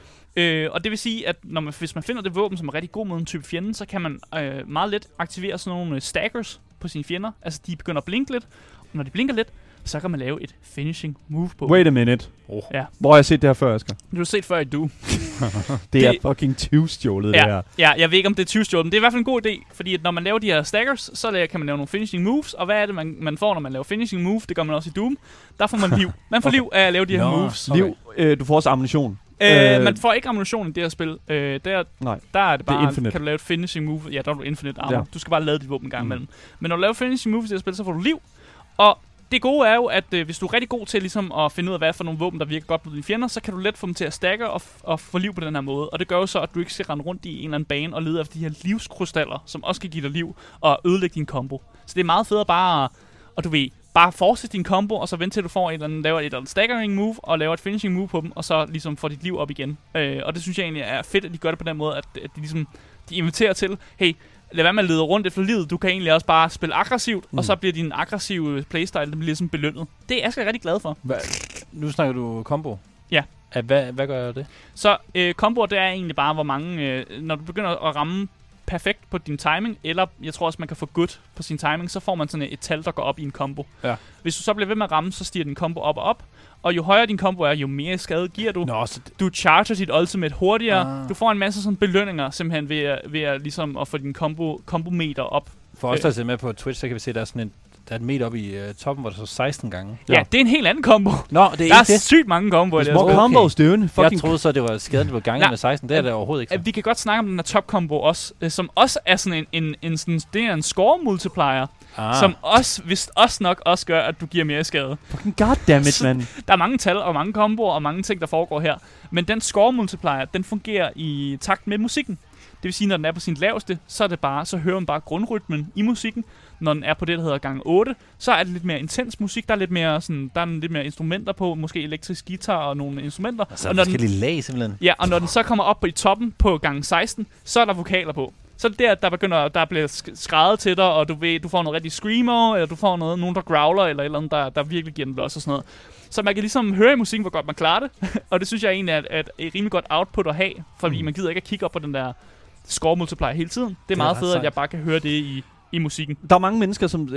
Og det vil sige, at hvis man finder det våben, som er rigtig god mod en type fjende, så kan man meget let aktivere sådan nogle staggers på sine fjender. Altså de begynder at blinke lidt, og når de blinker lidt, så kan man lave et finishing move på. Wait a minute. Ja. Hvor har jeg set det her før, Asger? Du har set før i Doom. det er fucking 20-stjålet, det her. Ja, jeg ved ikke, om det er 20-stjålet, men det er i hvert fald en god idé, fordi at når man laver de her staggers, så kan man lave nogle finishing moves, og hvad er det, man får, når man laver finishing move? Det gør man også i Doom. Der får man liv. Man får liv af at lave de her moves. Liv, du får også ammunition. Man får ikke ammunition i det her spil. Der er det bare, kan du lave et finishing move. Ja, der er du infinite armor. Ja. Du skal bare lade dit våben en gang imellem. Men når du laver finishing move i det her spil, så får du liv. Og det gode er jo, at hvis du er rigtig god til ligesom at finde ud af, hvad for nogle våben, der virker godt på dine fjender, så kan du let få dem til at stagge og få liv på den her måde. Og det gør jo så, at du ikke skal rende rundt i en eller anden bane og lede efter de her livskrystaller, som også kan give dig liv og ødelægge din combo. Så det er meget federe bare, og du ved, bare fortsætte din combo, og så vente til du får laver et eller andet staggering move, og laver et finishing move på dem, og så ligesom får dit liv op igen. Og det synes jeg egentlig er fedt, at de gør det på den måde, at de ligesom, de inviterer til, hey, lad være med at lede rundt efter livet. Du kan egentlig også bare spille aggressivt, og så bliver din aggressive playstyle, den bliver ligesom belønnet. Det er jeg rigtig glad for. Nu snakker du combo. Ja. Hvad gør det? Så combo, det er egentlig bare, hvor mange, når du begynder at ramme perfekt på din timing, eller jeg tror også, man kan få good på sin timing, så får man sådan et tal, der går op i en combo. Ja. Hvis du så bliver ved med at ramme, så stiger din combo op og op, og jo højere din combo er, jo mere skade giver du. Du charger dit ultimate hurtigere. Du får en masse sådan belønninger, simpelthen ved at ligesom at få din combo-meter op. For os, der ser med på Twitch, så kan vi se, at der er sådan der er et meter oppe i toppen, hvor der så 16 gange. Ja, det er en helt anden combo. Nå, det er der er sygt mange comboer. Det er små combos, døvende. Jeg troede så, det var skaden, det var gange med 16. Det er det overhovedet ikke så. Vi kan godt snakke om den her top combo også, som også er sådan det er en score multiplier, som også, vist også nok også gør, at du giver mere skade. Fucking goddammit, man. Der er mange tal og mange comboer og mange ting, der foregår her. Men den score multiplier, den fungerer i takt med musikken. Det vil sige, når den er på sin laveste, så hører man bare grundrytmen i musikken. Når den er på det, der hedder gang 8, så er det lidt mere intens musik. Der er lidt mere instrumenter på, måske elektrisk guitar og nogle instrumenter. Så er der forskellige lag simpelthen. Ja, og når den så kommer op på i toppen på gang 16, så er der vokaler på. Så er det der bliver skrevet til dig, og du får noget rigtig screamer, eller du får nogen, der growler, eller andet, der virkelig giver den blås og sådan noget. Så man kan ligesom høre i musikken, hvor godt man klarer det. Og det synes jeg egentlig er et rimelig godt output at have, fordi man gider ikke at kigge op på den der score multiplier hele tiden. Det er meget fedt, at jeg bare kan høre det i musikken. Der er mange mennesker, som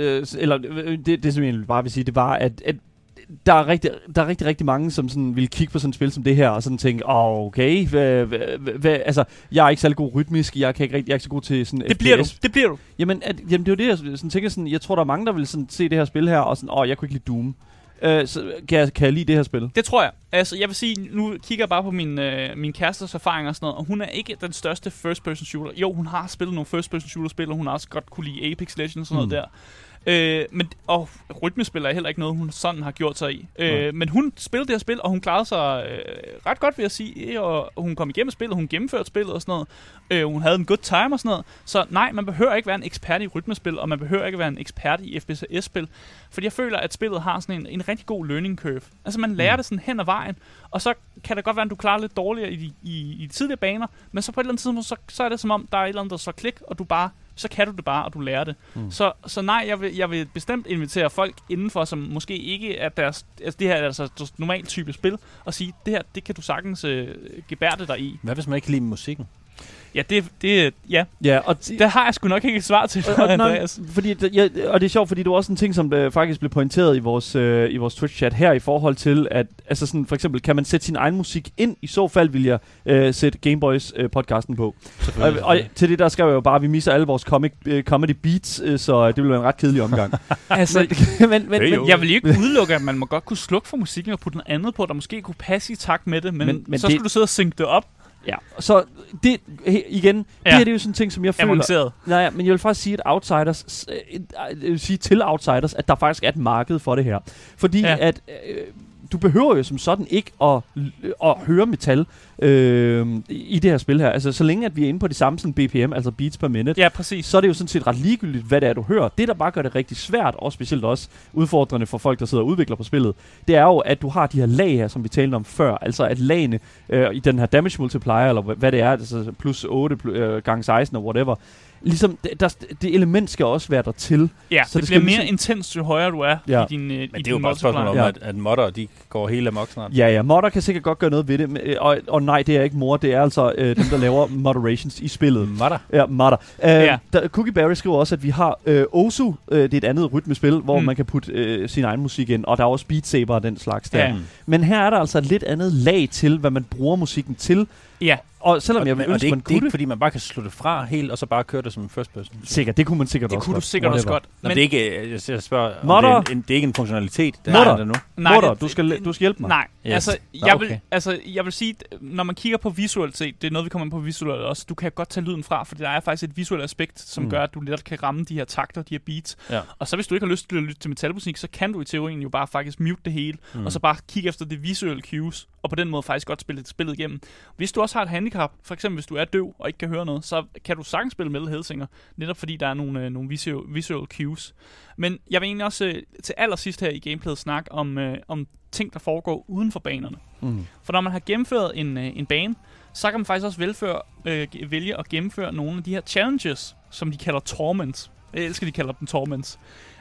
det som jeg bare vil sige, det var, at der er rigtig mange, som sådan vil kigge på sådan et spil som det her, og sådan tænke, okay, altså, jeg er ikke særlig god rytmisk, jeg er ikke så god til sådan det FPS. Det bliver du. Jamen, det er jo det, jeg sådan tænker sådan, jeg tror, der er mange, der vil sådan se det her spil her, og sådan, jeg kunne ikke lide Doom. Så kan jeg lide det her spil? Det tror jeg. Altså, jeg vil sige, nu kigger jeg bare på min kærestes erfaringer og sådan noget, og hun er ikke den største first-person shooter. Jo, hun har spillet nogle first-person shooter-spil, og hun har også godt kunne lide Apex Legends og sådan noget Og rytmespil er heller ikke noget, hun sådan har gjort sig i. Men hun spillede det her spil, og hun klarede sig ret godt, vil jeg sige. Og hun kom igennem spillet, hun gennemførte spillet og sådan noget. Hun havde en good time og sådan noget. Så nej, man behøver ikke være en ekspert i rytmespil, og man behøver ikke være en ekspert i FPS-spil. Fordi jeg føler, at spillet har sådan en rigtig god learning curve. Altså man lærer det sådan hen ad vejen, og så kan det godt være, at du klarer lidt dårligere i de tidligere baner, men så på et eller andet tidspunkt, så er det som om, der er et eller andet, der så klik, og så kan du det bare, og du lærer det. Så nej, jeg vil bestemt invitere folk indenfor, som måske ikke er deres, altså det her er altså normalt type spil, og sige, det her, det kan du sagtens gebærde dig i. Hvad hvis man ikke kan lide musikken? Ja, ja, og der har jeg sgu nok ikke et svar til, Andreas. Fordi og det er sjovt, fordi det var også en ting, som faktisk blev pointeret i vores Twitch-chat her, i forhold til, at altså sådan, for eksempel, kan man sætte sin egen musik ind? I så fald vil jeg sætte Gameboys podcasten på. Og til det, der skrev jeg jo bare, at vi misser alle vores comedy beats, så det ville være en ret kedelig omgang. Altså, men jeg vil jo ikke udelukke, at man må godt kunne slukke for musikken og putte noget andet på, der måske kunne passe i takt med det, men så skulle du sidde og synge det op. Ja, så det igen, det her det er jo sådan en ting, som jeg føler. Nej, men jeg vil faktisk sige, til outsiders, at der faktisk er et marked for det her. Fordi at du behøver jo som sådan ikke at høre metal i det her spil her. Altså, så længe at vi er inde på de samme sådan BPM, altså beats per minute, ja, præcis. Så er det jo sådan set ret ligegyldigt, hvad det er, du hører. Det, der bare gør det rigtig svært, og specielt også udfordrende for folk, der sidder og udvikler på spillet, det er jo, at du har de her lag her, som vi talte om før. Altså, at lagene i den her damage multiplier, eller hvad det er, altså plus 8 gange 16 og whatever, ligesom, det element skal også være der til. Ja, så det bliver mere intens, jo højere du er i din men det er jo bare et spørgsmål om, at modder, de går hele amok snart. Ja, modder kan sikkert godt gøre noget ved det. Og nej, det er ikke mor, det er altså dem, der laver moderations i spillet. Modder? Ja, modder. Cookie Berry skriver også, at vi har Osu, det er et andet rytmespil, hvor man kan putte sin egen musik ind, og der er også Beat Saber og den slags der. Men her er der altså et lidt andet lag til, hvad man bruger musikken til. Ja. Og selvom jeg vil ønske, man kunne det. Er ikke, fordi man bare kan slutte fra helt, og så bare køre det som first person. Sikkert, det kunne man sikkert også godt. Det kunne du sikkert også godt. Men det er ikke, jeg spørger, det er ikke en funktionalitet, det er der nu. Modder, du skal hjælpe mig. Nej, jeg vil sige, når man kigger på visualitet, det er noget, vi kommer ind på visuelt også, du kan godt tage lyden fra, for der er faktisk et visuelt aspekt, som gør, at du lettere kan ramme de her takter, de her beats. Ja. Og så hvis du ikke har lyst til at lytte til metalmusik, så kan du i teorien jo bare faktisk mute det hele, og så bare kigge efter det visuelle cues, og på den måde faktisk godt spille spillet igennem. Hvis du også har et handicap, for eksempel hvis du er døv og ikke kan høre noget, så kan du sagtens spille Metal Hellsinger, netop fordi der er nogle visual cues. Men jeg vil egentlig også til allersidst her i gameplayet snakke om ting, der foregår uden for banerne. For når man har gennemført en bane, så kan man faktisk også vælge at gennemføre nogle af de her challenges, som de kalder torments. Jeg elsker, de kalder dem torments.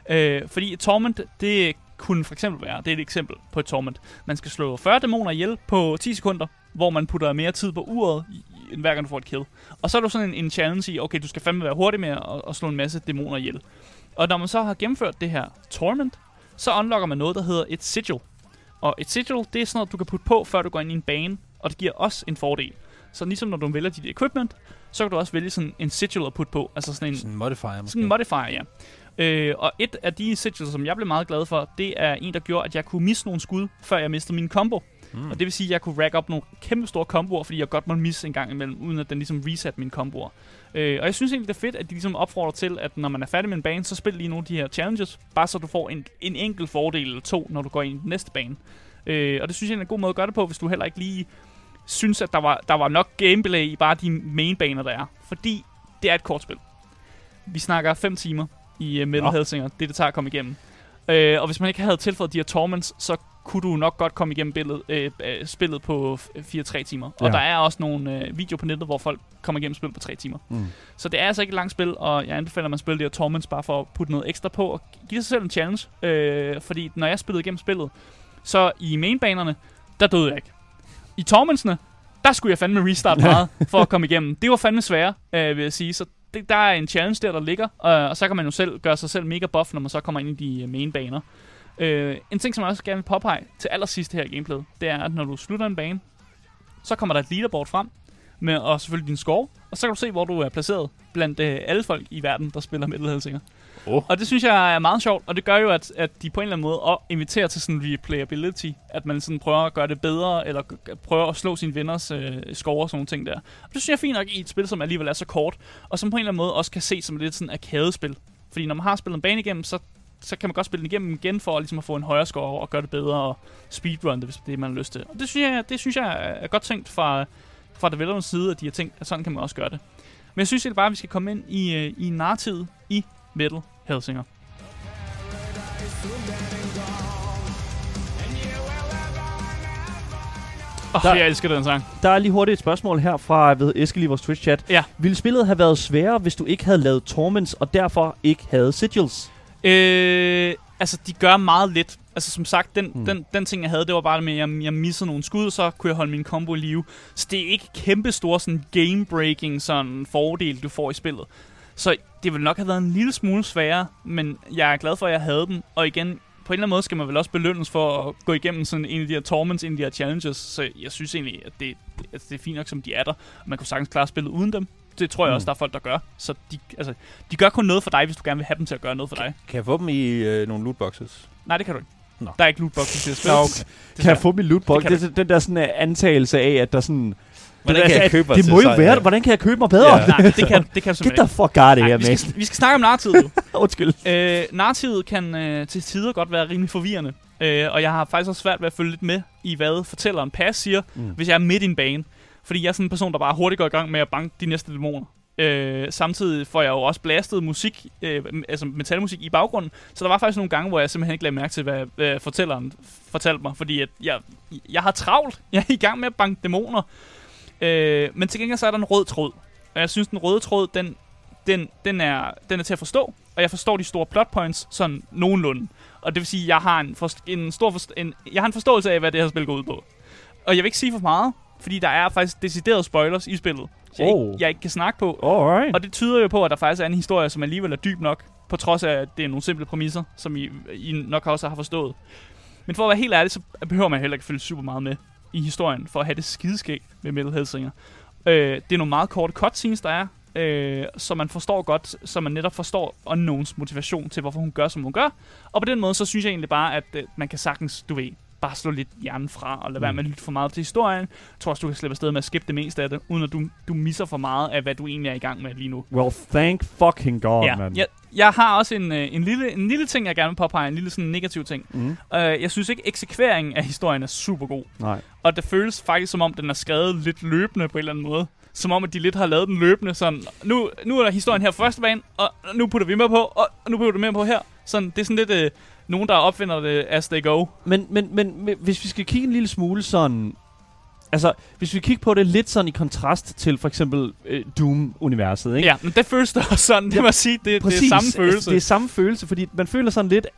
Fordi et torment, det kunne for eksempel være, det er et eksempel på et torment. Man skal slå 40 dæmoner ihjel på 10 sekunder, hvor man putter mere tid på uret, end hver gang du får et kill. Og så er du sådan en challenge i, okay, du skal fandme være hurtig med at slå en masse dæmoner ihjel. Og når man så har gennemført det her torment, så unlocker man noget, der hedder et sigil. Og et sigil, det er sådan noget, du kan putte på, før du går ind i en bane, og det giver også en fordel. Så ligesom når du vælger dit equipment, så kan du også vælge sådan en sigil at putte på. Altså sådan en modifier måske. Sådan en modifier, ja. Og et af de sigils, som jeg blev meget glad for, det er en, der gjorde, at jeg kunne misse nogle skud, før jeg mistede min combo. Og det vil sige, at jeg kunne rack op nogle kæmpe store komboer, fordi jeg godt måtte misse en gang imellem, uden at den ligesom reset mine komboer. Og jeg synes egentlig, det er fedt, at de ligesom opfordrer til, at når man er færdig med en bane, så spil lige nogle af de her challenges, bare så du får en enkelt fordel eller to, når du går ind i den næste bane. Og det synes jeg er en god måde at gøre det på, hvis du heller ikke lige synes, at der var nok gameplay i bare de main-baner, der er. Fordi det er et kortspil. Vi snakker 5 timer i Metal Hellsinger, det tager at komme igennem. Og hvis man ikke havde tilføjet de her torments, så kunne du nok godt komme igennem spillet på 4-3 timer. Og der er også nogle videoer på nettet, hvor folk kommer igennem spillet på 3 timer. Så det er altså ikke et langt spil, og jeg anbefaler, at man spiller de her torments bare for at putte noget ekstra på og give sig selv en challenge. Fordi når jeg spillede igennem spillet, så i mainbanerne, der døde jeg ikke. I tormentsene, der skulle jeg fandme restart meget for at komme igennem. Det var fandme svære, vil jeg sige. Så der er en challenge der ligger, og så kan man jo selv gøre sig selv mega buff, når man så kommer ind i de mainbaner. En ting, som jeg også gerne vil påpege til allersidst her i gameplayet, det er, at når du slutter en bane, så kommer der et leaderboard frem, og selvfølgelig din score, og så kan du se, hvor du er placeret blandt alle folk i verden, der spiller Metal Hellsinger. Og det synes jeg er meget sjovt, og det gør jo, at de på en eller anden måde inviterer til sådan replayability, at man sådan prøver at gøre det bedre, eller prøver at slå sine venners score og sådan nogle ting der. Og det synes jeg er fint nok i et spil, som alligevel er så kort, og som på en eller anden måde også kan ses som lidt sådan arcade-spil. Fordi når man har spillet en bane igennem, så kan man godt spille den igennem igen for ligesom at få en højere score og gøre det bedre og speedrun det, hvis det er, man har lyst til. Og det synes jeg er godt tænkt fra developerens side, at de har tænkt, at sådan kan man også gøre det. Men jeg synes egentlig bare, at vi skal komme ind i narrativet i Metal Hellsinger. Jeg elsker den sang. Der er lige hurtigt et spørgsmål her fra Eskild i vores Twitch-chat. Ja. Ville spillet have været sværere, hvis du ikke havde lavet Torments, og derfor ikke havde Sigils? Altså, de gør meget lidt. Altså, som sagt, den ting, jeg havde, det var bare med, at jeg missede nogle skud, og så kunne jeg holde min combo i live. Så det er ikke kæmpe store sådan game-breaking sådan fordel, du får i spillet. Så det ville nok have været en lille smule sværere, men jeg er glad for, at jeg havde dem. Og igen, på en eller anden måde skal man vel også belønnes for at gå igennem sådan en af de her torments, en af de her challenges. Så jeg synes egentlig, at det er fint nok, som de er der. Man kunne sagtens klare spillet uden dem. Det tror jeg også, der er folk, der gør. Så de gør kun noget for dig, hvis du gerne vil have dem til at gøre noget for dig. Kan jeg få dem i nogle lootboxes? Nej, det kan du ikke. Nå. Der er ikke lootboxes til at spille. Okay. Kan jeg få min lootbox? Det er den der sådan antagelse af, at der sådan... Hvordan kan jeg købe mig det til må jo sejr? være, hvordan kan jeg købe mig bedre? Ja. Nej, det kan du Get simpelthen the fuck out of here, man. Vi skal snakke om narrativet nu. Undskyld. Narrativet kan til tider godt være rimelig forvirrende. Og jeg har faktisk også svært ved at følge lidt med i, hvad fortælleren Pass siger, hvis jeg er midt i en bane. Fordi jeg er sådan en person, der bare hurtigt går i gang med at banke de næste dæmoner. Samtidig får jeg jo også blastet musik, altså metalmusik i baggrunden. Så der var faktisk nogle gange, hvor jeg simpelthen ikke lagde mærke til, hvad fortælleren fortalte mig. Fordi at jeg har travlt. Jeg er i gang med at banke dæmoner. Men til gengæld så er der en rød tråd. Og jeg synes, den røde tråd, den er til at forstå. Og jeg forstår de store plot points sådan nogenlunde. Og det vil sige, at jeg har en forståelse af, hvad det her spil går ud på. Og jeg vil ikke sige for meget, fordi der er faktisk deciderede spoilers i spillet. Så jeg ikke kan snakke på. Alright. Og det tyder jo på, at der faktisk er en historie, som alligevel er dyb nok. På trods af, at det er nogle simple præmisser, som I nok også har forstået. Men for at være helt ærlig, så behøver man heller ikke følge super meget med i historien, for at have det skideskæg med Metal Hellsinger. Det er nogle meget korte cutscenes, der er, så man forstår godt, så man netop forstår Unknowns motivation til, hvorfor hun gør, som hun gør. Og på den måde, så synes jeg egentlig bare, at man kan sagtens, bare slå lidt hjernen fra, og lade være med at lytte for meget til historien. Jeg tror også, du kan slippe afsted med at skippe det meste af det, uden at du misser for meget af, hvad du egentlig er i gang med lige nu. Well, thank fucking God, man. Jeg har også en lille ting, jeg gerne vil påpege, en lille sådan negativ ting. Jeg synes ikke, eksekveringen af historien er super god. Nej. Og det føles faktisk, som om den er skrevet lidt løbende på en eller anden måde. Som om, at de lidt har lavet den løbende. Sådan, nu er der historien her på første bane, og nu putter vi mere på, og nu putter vi mere på her. Sådan, det er sådan lidt nogen, der opfinder det as they go. Men hvis vi skal kigge en lille smule sådan... Altså, hvis vi kigger på det lidt sådan i kontrast til for eksempel Doom-universet, ikke? Ja, men det føles da også sådan, det må sige, det er samme følelse. Altså, det er samme følelse, fordi man føler sådan lidt,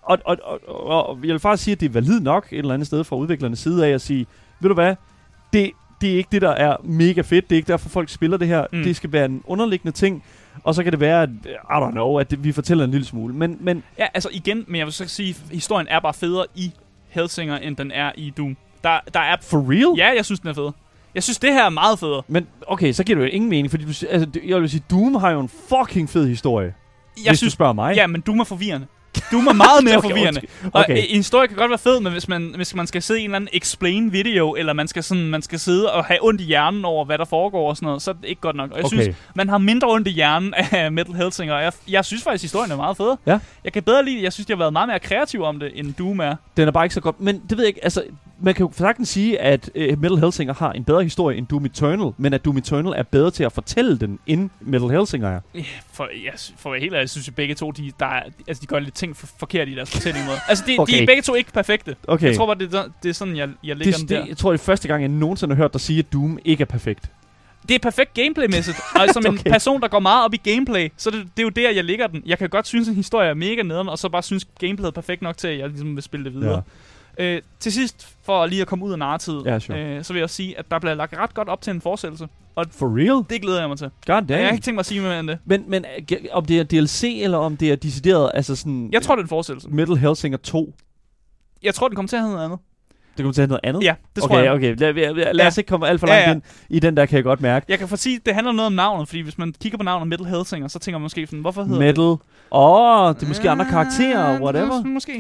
og jeg vil faktisk sige, at det er valid nok et eller andet sted fra udviklernes side af at sige, ved du hvad, det er ikke det, der er mega fedt, det er ikke derfor folk spiller det her, det skal være en underliggende ting, og så kan det være, at, I don't know, at vi fortæller en lille smule, men... Ja, altså igen, men jeg vil så sige, at historien er bare federe i Hellsinger, end den er i Doom. Der er... For real? Ja, jeg synes, den er fed. Jeg synes, det her er meget federe. Men okay, så giver det jo ingen mening, fordi jeg vil sige, Doom har jo en fucking fed historie, hvis du spørger mig. Ja, men Doom er forvirrende. Doom er meget mere forvirrende. Okay. Og en historie kan godt være fed, men hvis man skal se en eller anden explain video, eller man skal sidde og have ondt i hjernen over, hvad der foregår og sådan noget, så er det ikke godt nok. Og jeg synes, man har mindre ondt i hjernen af Metal Hellsinger, og jeg synes faktisk, historien er meget fed. Ja. Jeg kan bedre lide, jeg synes, de har været meget mere kreative om det, end Doom er. Den er bare ikke så godt, men det ved jeg ikke, altså... Man kan jo sagtens sige, at Metal Hellsinger har en bedre historie end Doom Eternal, men at Doom Eternal er bedre til at fortælle den, end Metal Hellsinger er. Ja, for at være helt ærlig, synes jeg begge to, de gør lidt ting forkert i deres fortælling måde. Altså, de er begge to ikke perfekte. Okay. Jeg tror bare, det er sådan, jeg ligger den der. Jeg tror, det er første gang, jeg nogensinde har hørt dig sige, at Doom ikke er perfekt. Det er perfekt gameplaymæssigt, og som en person, der går meget op i gameplay, så det er jo der, jeg ligger den. Jeg kan godt synes, at en historie er mega nederen, og så bare synes, gameplayet er perfekt nok til, at jeg ligesom vil spille det videre. Ja. Til sidst, for lige at komme ud af narrativet, så vil jeg også sige, at der bliver lagt ret godt op til en fortsættelse. Og for real? Det glæder jeg mig til. God damn. Jeg har ikke tænkt mig at sige mere end det. Men om det er DLC, eller om det er decideret, altså sådan... Jeg tror, det er en fortsættelse. Metal Hellsinger 2. Jeg tror, den kommer til at have noget andet. Det kommer til at have noget andet? Ja, det tror jeg. Okay, lad os ikke komme alt for langt ind i den der, kan jeg godt mærke. Jeg kan sige, det handler noget om navnet, fordi hvis man kigger på navnet Metal Hellsinger, så tænker man måske sådan, hvorfor hedder Metal. Det er måske andre karakterer, whatever. Måske.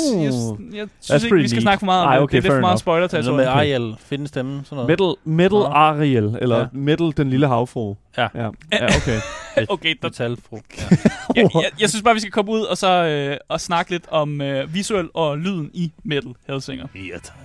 Jeg synes ikke, vi skal snakke for meget om det. Det er lidt for meget spoiler til. Noget med Ariel, finde stemmen, sådan noget. Metal Ariel, eller Metal den lille havfrue. Ja. Ja, okay. Okay, Metalfru. jeg synes bare, vi skal komme ud og så og snakke lidt om visuel og lyden i Metal Hellsinger. Ja, tak.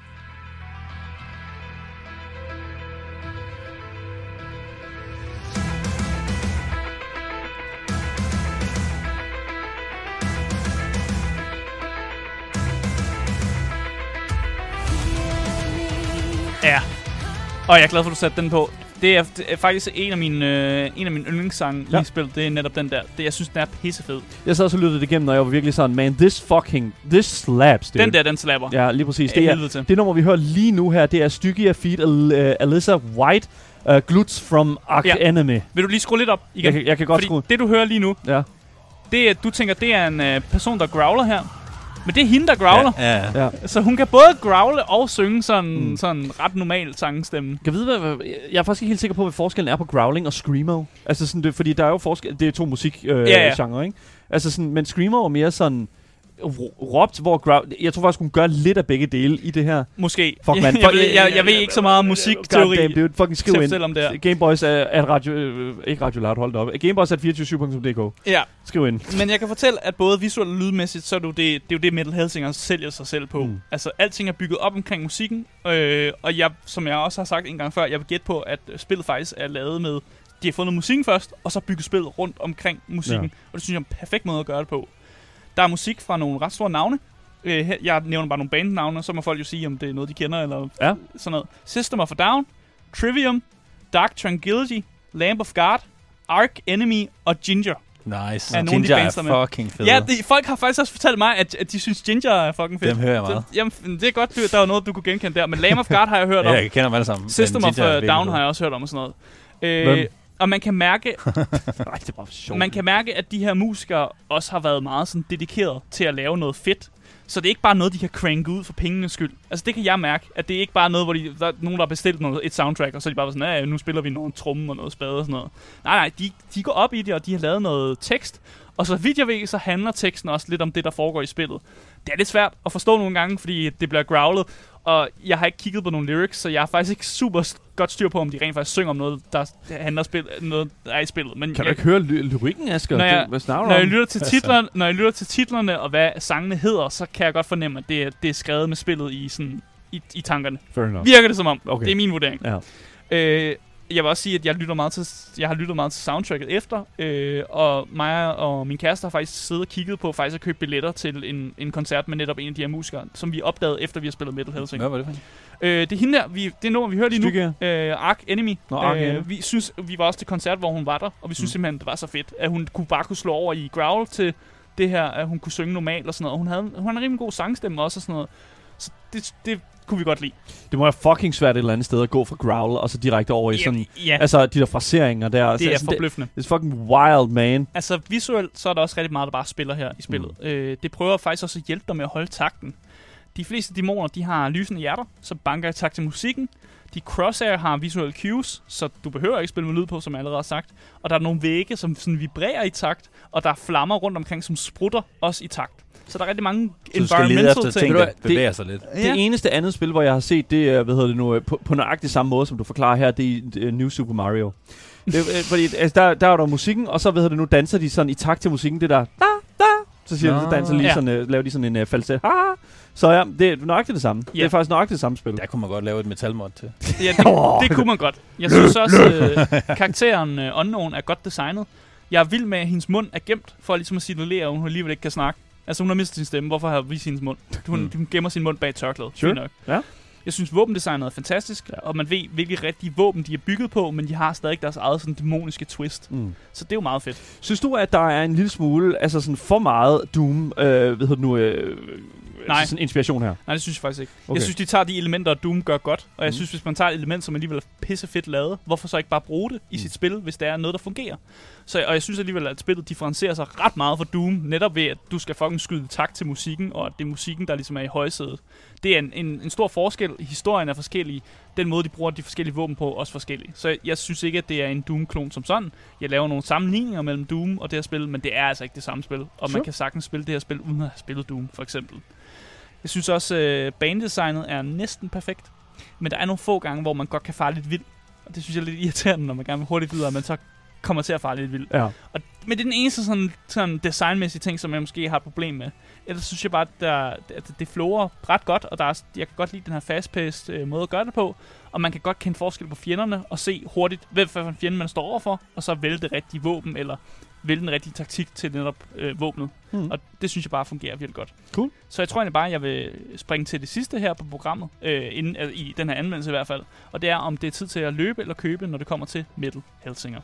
Ja, og jeg er glad for, at du satte den på. Det er faktisk en af mine yndlingssange i spillet. Det er netop den der. Jeg synes, den er pissefed. Jeg sad så lyttede det igennem, når jeg var virkelig sådan, man, this slaps, dude. Den slapper. Ja, lige præcis. Det nummer, vi hører lige nu her, det er Stygia feat. Alyssa White, Glutes from Arch Enemy. Vil du lige skrue lidt op igen? Jeg kan godt skrue. Det, du hører lige nu, det er, du tænker, det er en person, der growler her. Men det er hende, der growler. Ja. Så hun kan både growle og synge sådan ret normal sangstemme. Jeg er faktisk ikke helt sikker på, hvad forskellen er på growling og screamo. Altså sådan, fordi der er jo forskel. Det er to musikgenrer, ikke? Altså sådan, men screamo er mere sådan råbt, hvor jeg tror faktisk, hun gør lidt af begge dele i det her. Måske. Fuck, man. Jeg ved ikke så meget om musikteori. Det er jo fucking skriv ind. Selvom det er. Gameboys er ikke Radio Loud, hold da op. Gameboys er 247.dk. Ja. Skriv ind. Men jeg kan fortælle, at både visuelt og lydmæssigt, så er det jo det Metal Hellsinger sælger sig selv på. Altså, alting er bygget op omkring musikken. Og jeg, som jeg også har sagt en gang før, jeg vil gætte på, at spillet faktisk er lavet med... De har fundet musikken først, og så bygget spillet rundt omkring musikken. Ja. Og det synes jeg er en perfekt måde at gøre det på. Der er musik fra nogle ret store navne. Jeg nævner bare nogle bandnavne, så må folk jo sige, om det er noget, de kender, eller sådan noget. System of a Down, Trivium, Dark Tranquility, Lamb of God, Arch Enemy og Ginger. Nice. Ginger er fucking fed. Ja, folk har faktisk også fortalt mig, at de synes, Ginger er fucking fed. Dem hører jeg meget. Jamen, det er godt, der er noget, du kunne genkende der. Men Lamb of God har jeg hørt om. Ja, jeg kender dem alle sammen. System of a Down har jeg også hørt om og sådan noget. Og man kan mærke, man kan mærke, at de her musikere også har været meget sådan dedikeret til at lave noget fedt. Så det er ikke bare noget, de kan cranke ud for pengenes skyld. Altså det kan jeg mærke, at det er ikke bare noget, hvor der er nogen, der har bestilt et soundtrack, og så er de bare sådan, nu spiller vi nogle tromme og noget spade og sådan noget. Nej, de går op i det, og de har lavet noget tekst. Og så vidt jeg ved, så handler teksten også lidt om det, der foregår i spillet. Det er lidt svært at forstå nogle gange, fordi det bliver growlet. Og jeg har ikke kigget på nogle lyrics, så jeg har faktisk ikke super godt styr på, om de rent faktisk synger om noget, der handler noget, der er i spillet. Men kan du ikke høre lyrikken, Asger? Når jeg lytter til titlerne og hvad sangene hedder, så kan jeg godt fornemme, at det er skrevet med spillet i tankerne. Virker det som om. Okay. Det er min vurdering. Ja. Jeg vil også sige, at jeg har lyttet meget til soundtracket efter, og mig og min kæreste har faktisk siddet og kigget på faktisk at købe billetter til en koncert med netop en af de her musikere, som vi opdagede efter vi har spillet Metal Hellsinger. Hvad var det for det er hende der, det nummer vi hørte lige nu, Arch Enemy. Vi var også til koncert, hvor hun var der, og vi synes simpelthen, det var så fedt, at hun bare kunne slå over i growl til det her, at hun kunne synge normalt og sådan noget. Og hun havde en rimelig god sangstemme også og sådan noget. Så det kunne vi godt lide. Det må være fucking svært et eller andet sted at gå fra growl og så direkte over i sådan... Ja. Altså, de der fraseringer der. Det er forbløffende. Det er fucking wild, man. Altså, visuelt, så er der også rigtig meget, der bare spiller her i spillet. Det prøver faktisk også at hjælpe dig med at holde takten. De fleste dæmoner, de har lysende hjerter, så banker i takt til musikken. De crosshair har visuelle cues, så du behøver ikke spille med lyd på, som jeg allerede har sagt. Og der er nogle vægge, som sådan vibrerer i takt, og der er flammer rundt omkring, som sprutter også i takt. Så der er rigtig mange environmental ting. Der bevæger sig lidt. Det eneste andet spil, hvor jeg har set det, på nøjagtig samme måde, som du forklarer her, det er New Super Mario. Fordi altså, der er der musikken, og så nu danser de sådan i takt til musikken, det der så siger de, så danser lige sådan, laver de sådan en falset. Så ja, det er nøjagtigt det samme. Det er faktisk nøjagtigt det samme spil. Der kunne man godt lave et metalmod til. Ja, det kunne man godt. Jeg synes også, karakteren Unknown er godt designet. Jeg er vild med, at hendes mund er gemt, for ligesom at signalere, at hun alligevel ikke kan snakke. Altså hun har mistet sin stemme, hvorfor har jeg vist hendes mund? Hun gemmer sin mund bag et tørklæde. Sure. Nok. Ja. Jeg synes, våbendesignet er fantastisk, og man ved, hvilke rigtige våben de er bygget på, men de har stadig deres eget sådan dæmoniske twist. Så det er jo meget fedt. Synes du, at der er en lille smule, altså sådan for meget Doom, sådan inspiration her? Nej, det synes jeg faktisk ikke. Okay. Jeg synes, de tager de elementer, Doom gør godt, og jeg synes, hvis man tager et element, som alligevel er pissefedt lavet, hvorfor så ikke bare bruge det i sit spil, hvis det er noget, der fungerer? Og jeg synes alligevel, at spillet differentierer sig ret meget fra Doom, netop ved, at du skal fucking skyde takt til musikken, og det er musikken, der ligesom er i højsædet. Det er en stor forskel. Historien er forskellig. Den måde, de bruger de forskellige våben på, også forskellig. Så jeg synes ikke, at det er en Doom-klon som sådan. Jeg laver nogle sammenligninger mellem Doom og det her spil, men det er altså ikke det samme spil. Og man kan sagtens spille det her spil, uden at have spillet Doom, for eksempel. Jeg synes også, banedesignet er næsten perfekt. Men der er nogle få gange, hvor man godt kan fare lidt vildt. Og det synes jeg er lidt irriterende, når man gerne vil hurtigt videre, men så kommer til at fare lidt vildt. Ja. Og, men det er den eneste sådan designmæssige ting, som jeg måske har et problem med. Ellers synes jeg bare, at det flower ret godt, og jeg kan godt lide den her fast-paced måde at gøre det på. Og man kan godt kende forskel på fjenderne, og se hurtigt, hvad for en fjende man står overfor, og så vælge det rigtige våben, eller vælge den rigtige taktik til netop våbnet. Og det synes jeg bare fungerer virkelig godt. Cool. Så jeg tror egentlig bare, at jeg vil springe til det sidste her på programmet, i den her anmeldelse i hvert fald. Og det er, om det er tid til at løbe eller købe, når det kommer til Metal Hellsinger.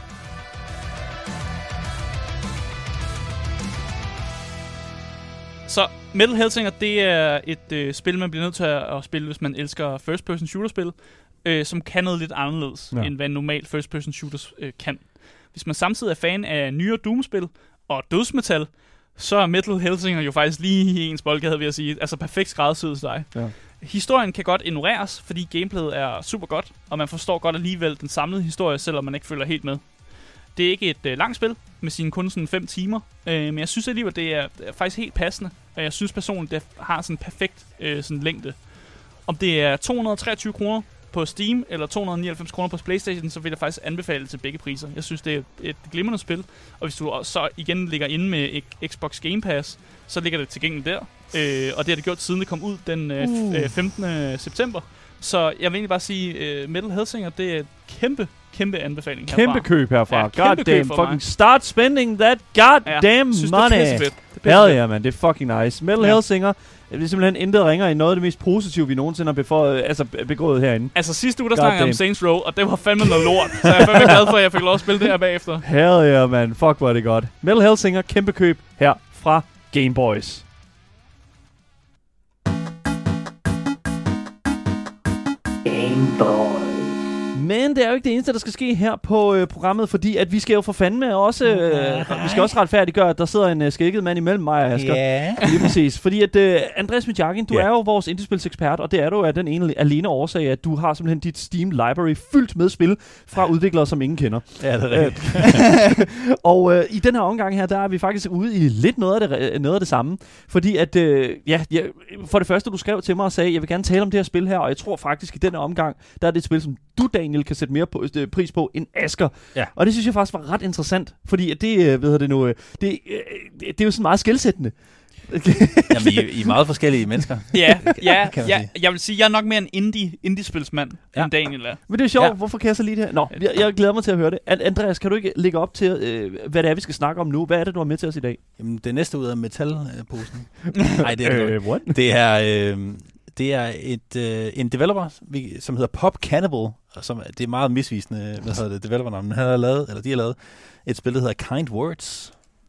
Så Metal Hellsinger, det er et spil, man bliver nødt til at spille, hvis man elsker first-person shooter-spil, som kan noget lidt anderledes, end hvad en normal first-person shooters kan. Hvis man samtidig er fan af nyere Doom-spil og dødsmetal, så er Metal Hellsinger jo faktisk lige i ens boldgade, vil jeg sige. Altså perfekt skræddersyet til dig. Ja. Historien kan godt ignoreres, fordi gameplayet er super godt, og man forstår godt alligevel den samlede historie, selvom man ikke følger helt med. Det er ikke et langt spil, med sine kun sådan 5 timer, men jeg synes alligevel, det er faktisk helt passende, og jeg synes personligt, det har sådan en perfekt sådan længde. Om det er 223 kroner på Steam, eller 299 kroner på PlayStation, så vil jeg faktisk anbefale det til begge priser. Jeg synes, det er et glimrende spil, og hvis du så igen ligger inde med Xbox Game Pass, så ligger det tilgængeligt der, og det har det gjort siden det kom ud den 15. september. Så jeg vil egentlig bare sige, Metal Hellsinger, det er et kæmpe anbefaling herfra. Kæmpe køb herfra. Ja, God damn, fucking start spending that goddamn money. Hell yeah, man. Det er fucking nice. Metal Hellsinger, det er simpelthen intet ringer i noget af det mest positive, vi nogensinde har begået herinde. Altså sidste uge, der snakkede jeg om Saints Row, og det var fandme noget lort. Så jeg er fandme glad for, at jeg fik lov at spille det her bagefter. Hell yeah, man. Fuck, hvor er det godt. Metal Hellsinger, kæmpe køb her fra Game Boys. Game Boys. Men det er jo ikke det eneste, der skal ske her på programmet, fordi at vi skal jo for fandme også, vi skal også retfærdiggøre, at der sidder en skægget mand imellem mig og Asger. Ja. Lige præcis. Fordi at Andreas Midjakin, du er jo vores indiespilsekspert, og det er du af den ene alene årsag, at du har simpelthen dit Steam library fyldt med spil fra udviklere, som ingen kender. Ja, det er rigtigt. Og i den her omgang her, der er vi faktisk ude i lidt noget af det samme. Fordi at, for det første, du skrev til mig og sagde, jeg vil gerne tale om det her spil her, og jeg tror faktisk, i den her omgang, der er det et spil, som du, Daniel, kan sætte mere pris på end Asger. Ja. Og det synes jeg faktisk var ret interessant, fordi det er jo sådan meget skelsættende. Jamen, I er meget forskellige mennesker. Ja, jeg vil sige, jeg er nok mere en indie-spilsmand, end Daniel er. Men det er sjovt, hvorfor kan jeg så lige det her? Nå, jeg glæder mig til at høre det. Andreas, kan du ikke lægge op til, hvad det er, vi skal snakke om nu? Hvad er det, du har med til os i dag? Jamen, det næste ud af metalposen. Nej, det er det what? Det er en developer, som hedder Pop Cannibal, som det er meget misvisende, developernavn. De har lavet et spil, der hedder Kind Words.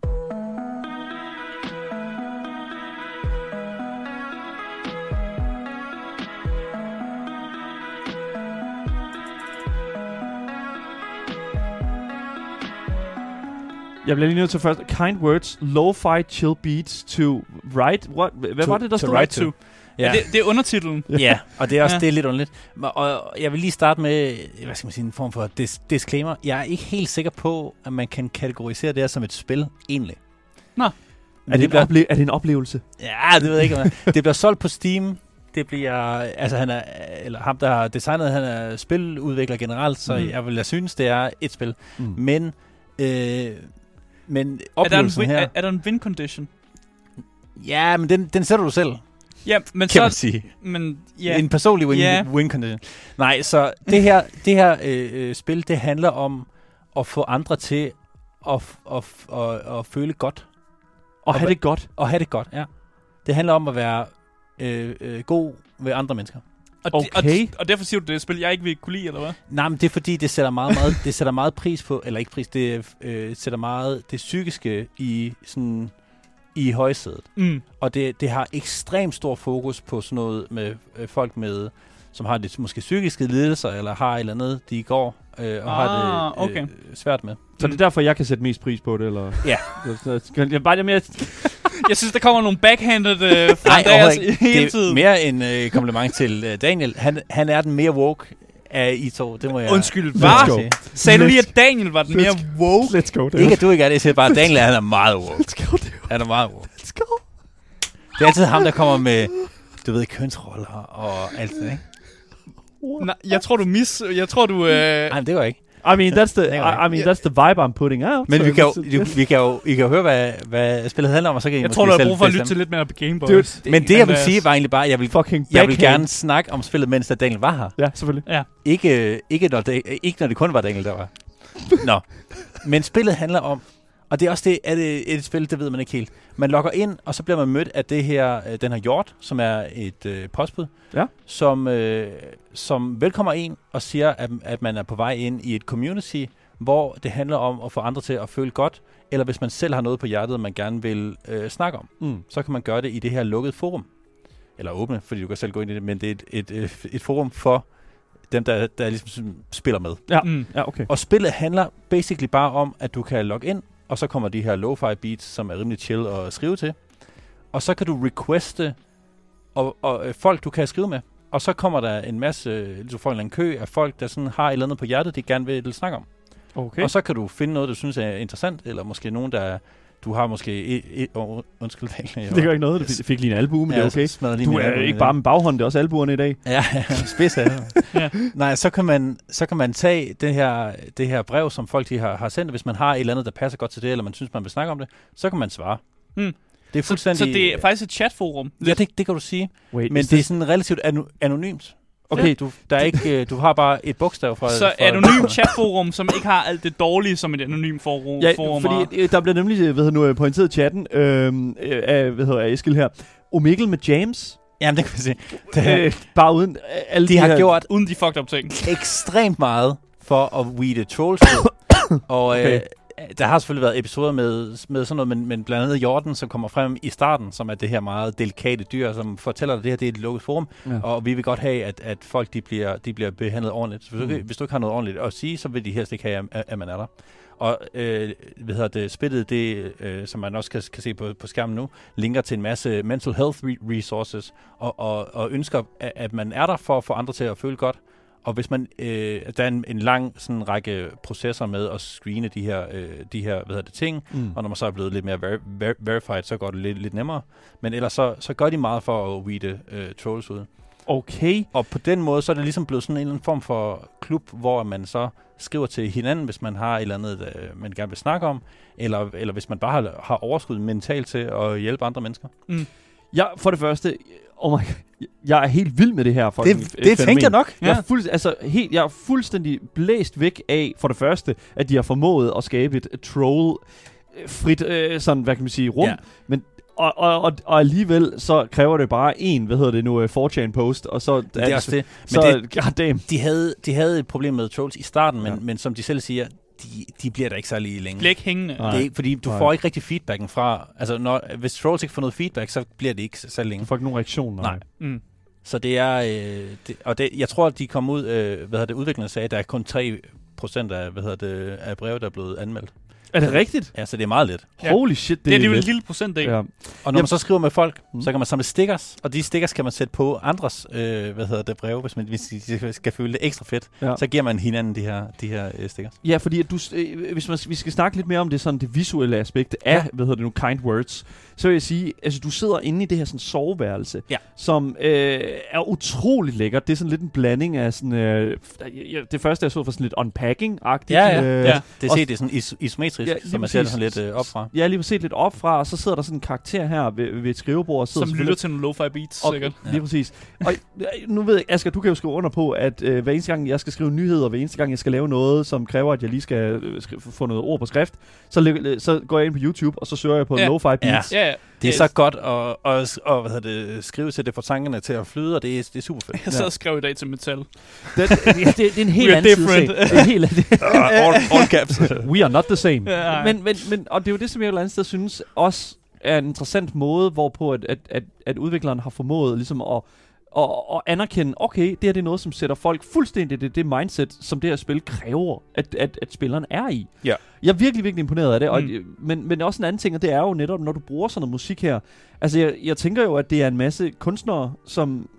Jeg bliver lige nødt til først. Kind Words, Lo-Fi Chill Beats to Write. Hvad var det, der stod? To write to. Ja. Det er undertitlen. Ja, og det er også det er lidt underligt. Og jeg vil lige starte med, hvad skal man sige, en form for disclaimer. Jeg er ikke helt sikker på, at man kan kategorisere det her som et spil, egentlig. Nå. Er det en oplevelse? Ja, det ved jeg ikke. Det bliver solgt på Steam. Det bliver, altså ham der har designet, han er spiludvikler generelt, så jeg vil synes, det er et spil. Men oplevelsen her... Er der en win condition? Ja, men den sætter du selv. Ja, men kan man sige. Men, yeah. En personlig win condition. Nej, så det her spil, det handler om at få andre til at føle godt. Og have det godt. Og have det godt, ja. Det handler om at være god ved andre mennesker. Og derfor siger du, det spil, jeg ikke vil kunne lide, eller hvad? Nej, men det er fordi, det sætter meget pris på, eller ikke pris, det sætter meget det psykiske i højsædet. Og det har ekstremt stor fokus på sådan noget med folk som har det måske psykiske lidelser, eller har et eller andet, de går og har det svært med. Så det er derfor, jeg kan sætte mest pris på det, eller? Ja. Jeg synes, der kommer nogle backhanded fra Andreas hele tiden. Det er mere en kompliment til Daniel. Han er den mere woke af I to. Det må jeg... Undskyld, hvad? Sagde du lige, at Daniel var den mere woke? Let's go. Ikke at du ikke er det. Jeg siger bare, at Daniel han er meget woke. Let's go. Han er meget woke. Let's go. Det er altid ham, der kommer med, du ved, kønsroller og alt det, ikke? Nej, jeg tror, du... Nej, men det var ikke. I mean, that's the vibe I'm putting out. Men I kan jo høre, hvad spillet handler om, og så kan I jeg måske tror, du har selv brug for at lytte bestemme. til lidt mere på Game Boys. Men det, jeg vil sige, var egentlig bare, at jeg vil gerne snakke om spillet, mens Daniel var her. Ja, selvfølgelig. Ja. Ikke når det kun var Daniel, der var. Nå. Men spillet handler om, og det er også det, at et spil, det ved man ikke helt. Man logger ind, og så bliver man mødt af den her hjort, som er et postbud, som velkommer en og siger, at man er på vej ind i et community, hvor det handler om at få andre til at føle godt, eller hvis man selv har noget på hjertet, man gerne vil snakke om, så kan man gøre det i det her lukkede forum. Eller åbne, fordi du kan selv gå ind i det, men det er et forum for dem, der ligesom spiller med. Ja, okay. Og spillet handler basically bare om, at du kan logge ind, og så kommer de her lo-fi beats, som er rimelig chill at skrive til. Og så kan du requeste og folk, du kan skrive med. Og så kommer der en masse, du får en kø af folk, der sådan har et eller andet på hjertet, de gerne vil snakke om. Okay. Og så kan du finde noget, du synes er interessant, eller måske nogen, der... Du har måske... undskyld, Daniel. Det gør ikke noget. Du fik lige en albue, men det er okay. Du er ikke bare med baghånden, det er også albuerne i dag. Ja, spids af. Ja. Nej, så kan man tage det her brev, som folk de har sendt. Hvis man har et eller andet, der passer godt til det, eller man synes, man vil snakke om det, så kan man svare. Det er fuldstændig... Så det er faktisk et chatforum? Ja, det kan du sige. Men det er sådan relativt anonymt. Okay, du har bare et bogstav fra... Så anonym chatforum, som ikke har alt det dårlige, som et anonym forum. Ja, fordi der bliver nemlig, pointeret i chatten af Eskil her. Omegle med James. Jamen, det kan vi se. Bare uden alle de har gjort uden de fucked up ting. Ekstremt meget for at weede trolls. Og okay. Der har selvfølgelig været episoder med sådan noget, men blandt andet Jordan, som kommer frem i starten, som er det her meget delikate dyr, som fortæller dig, at det her det er et lukket forum, og vi vil godt have, at folk de bliver behandlet ordentligt. Så hvis du ikke har noget ordentligt at sige, så vil de helst ikke have, at man er der. Og spillet, det, som man også kan se på skærmen nu, linker til en masse mental health resources, og ønsker, at man er der for at få andre til at føle godt. Og hvis man, der er en lang sådan række processer med at screene de her ting, og når man så er blevet lidt mere verified, så går det lidt nemmere. Men ellers så gør de meget for at weede trolls ud. Okay. Og på den måde, så er det ligesom blevet sådan en eller anden form for klub, hvor man så skriver til hinanden, hvis man har et eller andet, man gerne vil snakke om, eller hvis man bare har overskud mentalt til at hjælpe andre mennesker. Ja, for det første, jeg er helt vild med det her. Det tænker jeg nok. Jeg er fuldstændig blæst væk af, for det første, at de har formået at skabe et troll-frit, sådan, hvad kan man sige, rum. Yeah. Men og alligevel så kræver det bare en, 4chan-post, og så... Det er også det. Men de havde et problem med trolls i starten, men som de selv siger, de bliver der ikke særlig længe. Bliver ikke hængende. Det er ikke, fordi du får ikke rigtig feedbacken fra... Altså, hvis trolls ikke får noget feedback, så bliver det ikke særlig længe. Du får ikke nogen reaktion. Nej. Så det er... jeg tror, at de kom ud... udviklerne sagde, at der er kun 3% af breve, der er blevet anmeldt. Er det rigtigt? Ja, så det er meget let. Holy shit, det er jo en lille procentdel. Ja. Og når man så skriver med folk, så kan man samle stickers, og de stickers kan man sætte på andres breve, hvis de skal føle det ekstra fedt. Ja. Så giver man hinanden de her stickers. Ja, fordi at vi skal snakke lidt mere om det sådan det visuelle aspekt af, kind words, så vil jeg sige, altså du sidder inde i det her sådan soveværelse, som er utrolig lækkert. Det er sådan lidt en blanding af sådan det første jeg så for sådan lidt unpacking-agtigt. Ja. Det er sådan isometrisk, så man ser det sådan lidt opfra. Ja, lige set lidt opfra, og så sidder der sådan en karakter her ved et skrivebord. Som lytter til nogle lo-fi beats, sikkert. Lige præcis. Og nu ved jeg, Asger, du kan jo skrive under på, at hver eneste gang jeg skal skrive nyheder, hver eneste gang jeg skal lave noget, som kræver, at jeg lige skal få noget ord på skrift, så går jeg ind på YouTube, og så søger jeg på lo-fi beats. Ja. Det er så godt at skrive til det, for tankerne til at flyde, og det er super fedt. Jeg sad og skrev i dag til Metal. Det er en helt anden side. Det er en helt all caps. We are not the same. Men og det er jo det, som jeg et eller andet sted synes også er en interessant måde, hvorpå at udvikleren har formået ligesom at anerkende, okay, det her det er noget, som sætter folk fuldstændig det mindset, som det her spil kræver, at spilleren er i. Ja. Jeg er virkelig, virkelig imponeret af det, og, men også en anden ting, og det er jo netop, når du bruger sådan noget musik her, altså jeg tænker jo, at det er en masse kunstnere, som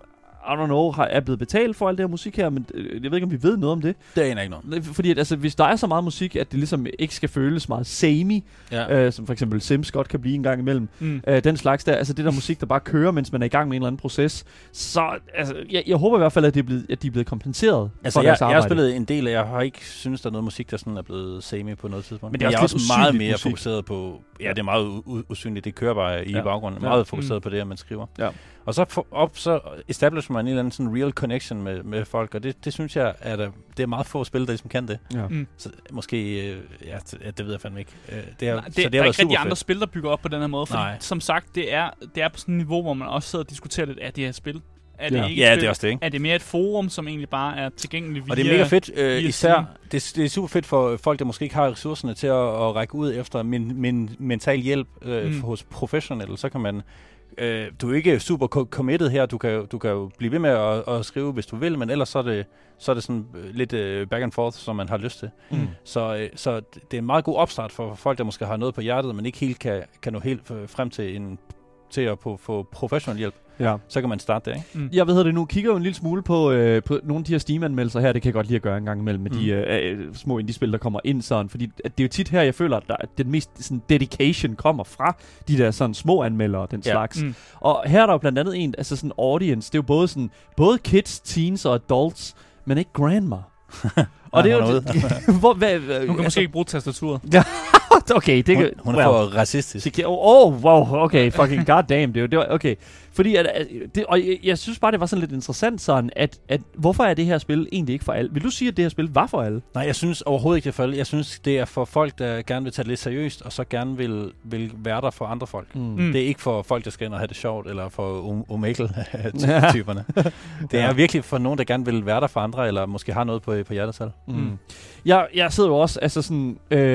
don't know, er blevet betalt for alt det her musik her, men jeg ved ikke, om vi ved noget om det. Det aner ikke noget. Fordi at, altså, hvis der er så meget musik, at det ligesom ikke skal føles meget samey, som for eksempel Sims godt kan blive en gang imellem, den slags der, altså det der musik, der bare kører, mens man er i gang med en eller anden proces, så altså, jeg håber i hvert fald, at de er blevet kompenseret altså, for deres arbejde. Jeg har spillet en del, og jeg har ikke synes, der er noget musik, der sådan er blevet samey på noget tidspunkt. Men det er jeg er også meget mere musik. fokuseret på, det er meget usynligt, det kører bare i baggrunden, meget fokuseret på det, man skriver. Ja. Og så establisher man en eller anden sådan real connection med folk, og det synes jeg, det er meget få spil, der ligesom kan det. Ja. Så måske, det ved jeg fandme ikke. Det er ikke rigtig andre spil, der bygger op på den her måde, fordi som sagt, det er på sådan et niveau, hvor man også sidder og diskuterer lidt af det her spil. Er det ikke det er også det, ikke? Er det mere et forum, som egentlig bare er tilgængeligt via... Og det er mega fedt, især, det er super fedt for folk, der måske ikke har ressourcerne til at række ud efter mental hjælp hos professionelle, så kan man... du er ikke super committed her, du kan jo blive ved med at skrive, hvis du vil, men ellers så er det sådan lidt back and forth, som man har lyst til. Så det er en meget god opstart for folk, der måske har noget på hjertet, men ikke helt kan nå helt frem til at få professionel hjælp. Ja. Så kan man starte der, ikke? Jeg ved det nu. Kigger jo en lille smule på nogle af de her Steam-anmeldelser her. Det kan jeg godt lide at gøre en gang imellem med de små indie-spil, der kommer ind sådan. Fordi det er jo tit her, jeg føler, at den mest sådan, dedication kommer fra de der sådan små anmeldere den slags. Og her er der jo blandt andet en, altså sådan audience. Det er jo både kids, teens og adults, men ikke grandma. Og det er jo... Hun kan måske ikke bruge tastaturet. Okay, det kan... Hun er for racistisk. Wow, okay, fucking goddamn, det var okay. Fordi jeg synes bare, det var sådan lidt interessant sådan, at hvorfor er det her spil egentlig ikke for alle? Vil du sige, at det her spil var for alle? Nej, jeg synes overhovedet ikke, det er for alle. Jeg synes, det er for folk, der gerne vil tage det lidt seriøst, og så gerne vil være der for andre folk. Det er ikke for folk, der skal ind og have det sjovt, eller for Omegle-typerne. Det er virkelig for nogen, der gerne vil være der for andre, eller måske har noget på hjertet selv. Jeg sidder jo også altså sådan,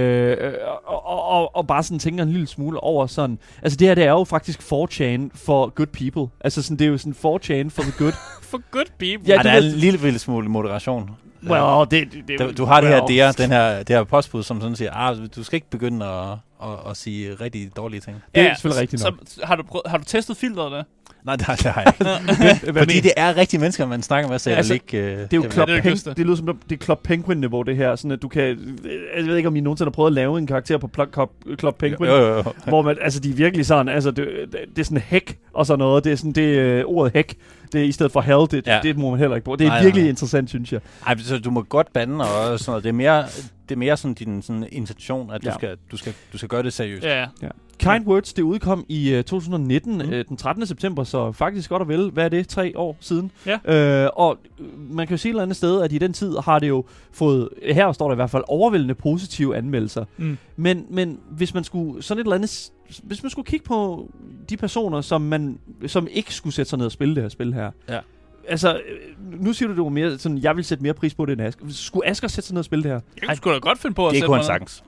og bare sådan tænker en lille smule over sådan, altså det her, det er jo faktisk 4chan for good people. Altså sådan, det er jo sådan 4chan for the good. For good people? Ja, der er en lille smule moderation. Well, du har det her postbud, som sådan siger, du skal ikke begynde at sige rigtig dårlige ting. Det er selvfølgelig rigtigt nok. Så har du testet filteret der? Nej, det har jeg ikke. Fordi det er rigtige mennesker, man snakker med, så altså, det er jo det lyder som det er Club Penguin-niveau, det her. Sådan at du kan... Jeg ved ikke, om I nogensinde har prøvet at lave en karakter på Club Penguin. Jo. Hvor man... Altså, de er virkelig sådan... Altså, det er sådan hæk og sådan noget. Det er sådan... Det ordet hæk. Det er i stedet for hell. Det må man heller ikke bruge. Det er virkelig interessant, synes jeg. Ej, så du må godt bande og sådan noget. Det er mere sådan din sådan intention, at du skal gøre det seriøst. Ja. Kind Words, det udkom i 2019, den 13. september, så faktisk godt og vel, hvad er det, 3 år siden. Ja. Og man kan jo sige et eller andet sted, at i den tid har det jo fået, her står der i hvert fald, overvældende positive anmeldelser. Men hvis man skulle sådan et eller andet, hvis man skulle kigge på de personer, som ikke skulle sætte sig ned og spille det her spil her. Ja. Altså, nu siger du, det var mere sådan, jeg vil sætte mere pris på det end Asger. Skulle Asger sætte sig ned og spille det her? Jeg skulle da godt finde på at sætte det. Det kunne han sagtens.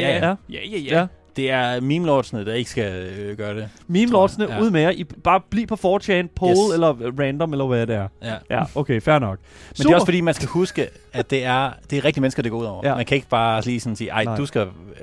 Ja. Det er meme-lordsene, der ikke skal gøre det. Meme-lordsene ud med jer. bare bliv på 4chan, poll eller random, eller hvad det er. Ja, okay, fair nok. Men det er også fordi, man skal huske, at det er rigtige mennesker, det går ud over. Ja. Man kan ikke bare lige sådan sige, du skal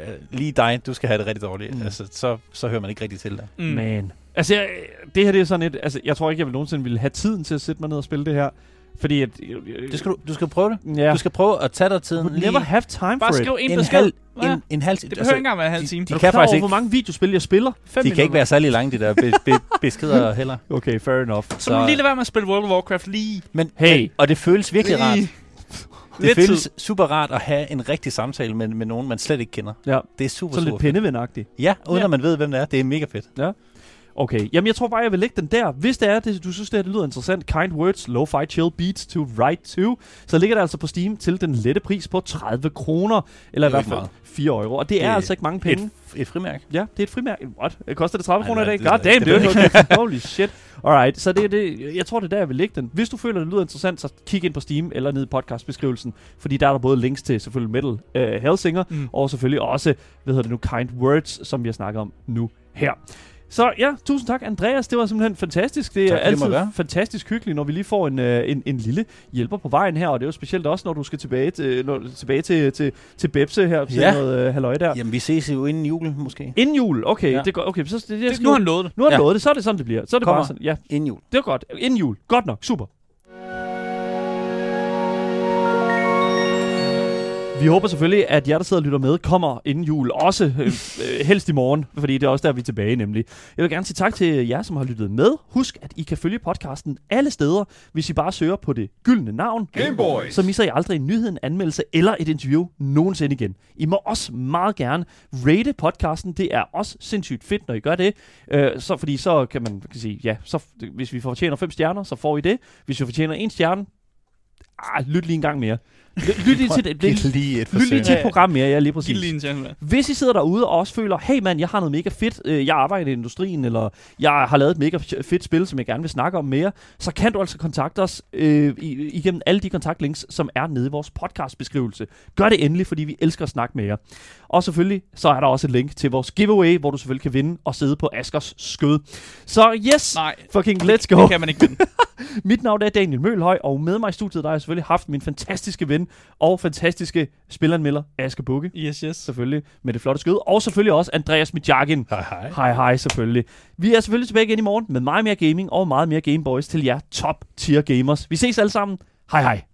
du skal have det rigtig dårligt. Altså, så hører man ikke rigtig til det. Man. Altså, det her det er sådan et... Altså, jeg tror ikke, jeg vil nogensinde ville have tiden til at sætte mig ned og spille det her. Fordi at... Du skal prøve det. Ja. Du skal prøve at tage dig tiden. Never have time for bare it. Skriv en besked. En halv time. Det behøver ikke engang være en halv time. De kan faktisk ikke... hvor mange videospil jeg spiller? 5 minutter. Kan ikke være særlig lange, de der beskeder heller. Okay, fair enough. Så må lige lade være med at spille World of Warcraft lige. Men, og det føles virkelig rart. Det føles super rart at have en rigtig samtale med nogen, man slet ikke kender. Ja. Det er super lidt pindevenagtigt. Ja, uden at man ved, hvem det er. Det er mega fedt. Ja. Okay, jamen jeg tror bare, jeg vil lægge den der. Hvis det er, du synes, det lyder interessant, Kind Words, Lo-Fi Chill Beats to Write To, så ligger det altså på Steam til den lette pris på 30 kroner, eller i hvert fald 4 euro. Og det er altså ikke mange penge. Et frimærke? Ja, det er et frimærke. What? Koster det 30 kroner i dag? God damn, det er holy shit. Alright, så det er det. Jeg tror, det er der, jeg vil lægge den. Hvis du føler, det lyder interessant, så kig ind på Steam eller ned i podcastbeskrivelsen, fordi der er der både links til selvfølgelig Metal Hellsinger, og selvfølgelig også, Kind Words, som vi har snakket om nu her. Så ja, tusind tak, Andreas. Det var simpelthen fantastisk. Det er altid fantastisk hyggeligt, når vi lige får en lille hjælper på vejen her. Og det er jo specielt også, når du skal tilbage til Bebse her. Ja. Noget halløj der. Jamen, vi ses jo inden jul, måske. Inden jul? Okay. Ja. Det er okay. Så nu har han lovet det. Nu har han lovet det. Så er det sådan, det bliver. Så er det Kommer bare sådan. Ja. Inden jul. Det er godt. Inden jul. Godt nok. Super. Vi håber selvfølgelig, at jer, der sidder og lytter med, kommer inden jul. Også helst i morgen, fordi det er også der, vi er tilbage nemlig. Jeg vil gerne sige tak til jer, som har lyttet med. Husk, at I kan følge podcasten alle steder, hvis I bare søger på det gyldne navn. Gameboys. Så misser I aldrig en nyhed, en anmeldelse eller et interview nogensinde igen. I må også meget gerne rate podcasten. Det er også sindssygt fedt, når I gør det. Fordi så kan man sige, ja, så, hvis vi fortjener 5 stjerner, så får I det. Hvis vi fortjener 1 stjerne, lyt lige en gang mere. Lyt lige til et program mere, ja, lige præcis. Hvis I sidder derude og også føler, hey mand, jeg har noget mega fedt, jeg arbejder i industrien, eller jeg har lavet et mega fedt spil, som jeg gerne vil snakke om mere, så kan du altså kontakte os igennem alle de kontaktlinks, som er nede i vores podcastbeskrivelse. Gør det endelig, fordi vi elsker at snakke med jer. Og selvfølgelig, så er der også et link til vores giveaway, hvor du selvfølgelig kan vinde og sidde på Askers skød. Så yes, fucking let's go. Det kan man ikke vinde. Mit navn er Daniel Mølhøj, og med mig i studiet, der har jeg selvfølgelig haft min fantastiske ven og fantastiske spilanmelder, Aske Bukke. Yes. Selvfølgelig, med det flotte skød. Og selvfølgelig også Andreas Mitjagin. Hej, selvfølgelig. Vi er selvfølgelig tilbage igen i morgen med meget mere gaming og meget mere Gameboys til jer top tier gamers. Vi ses alle sammen. Hej.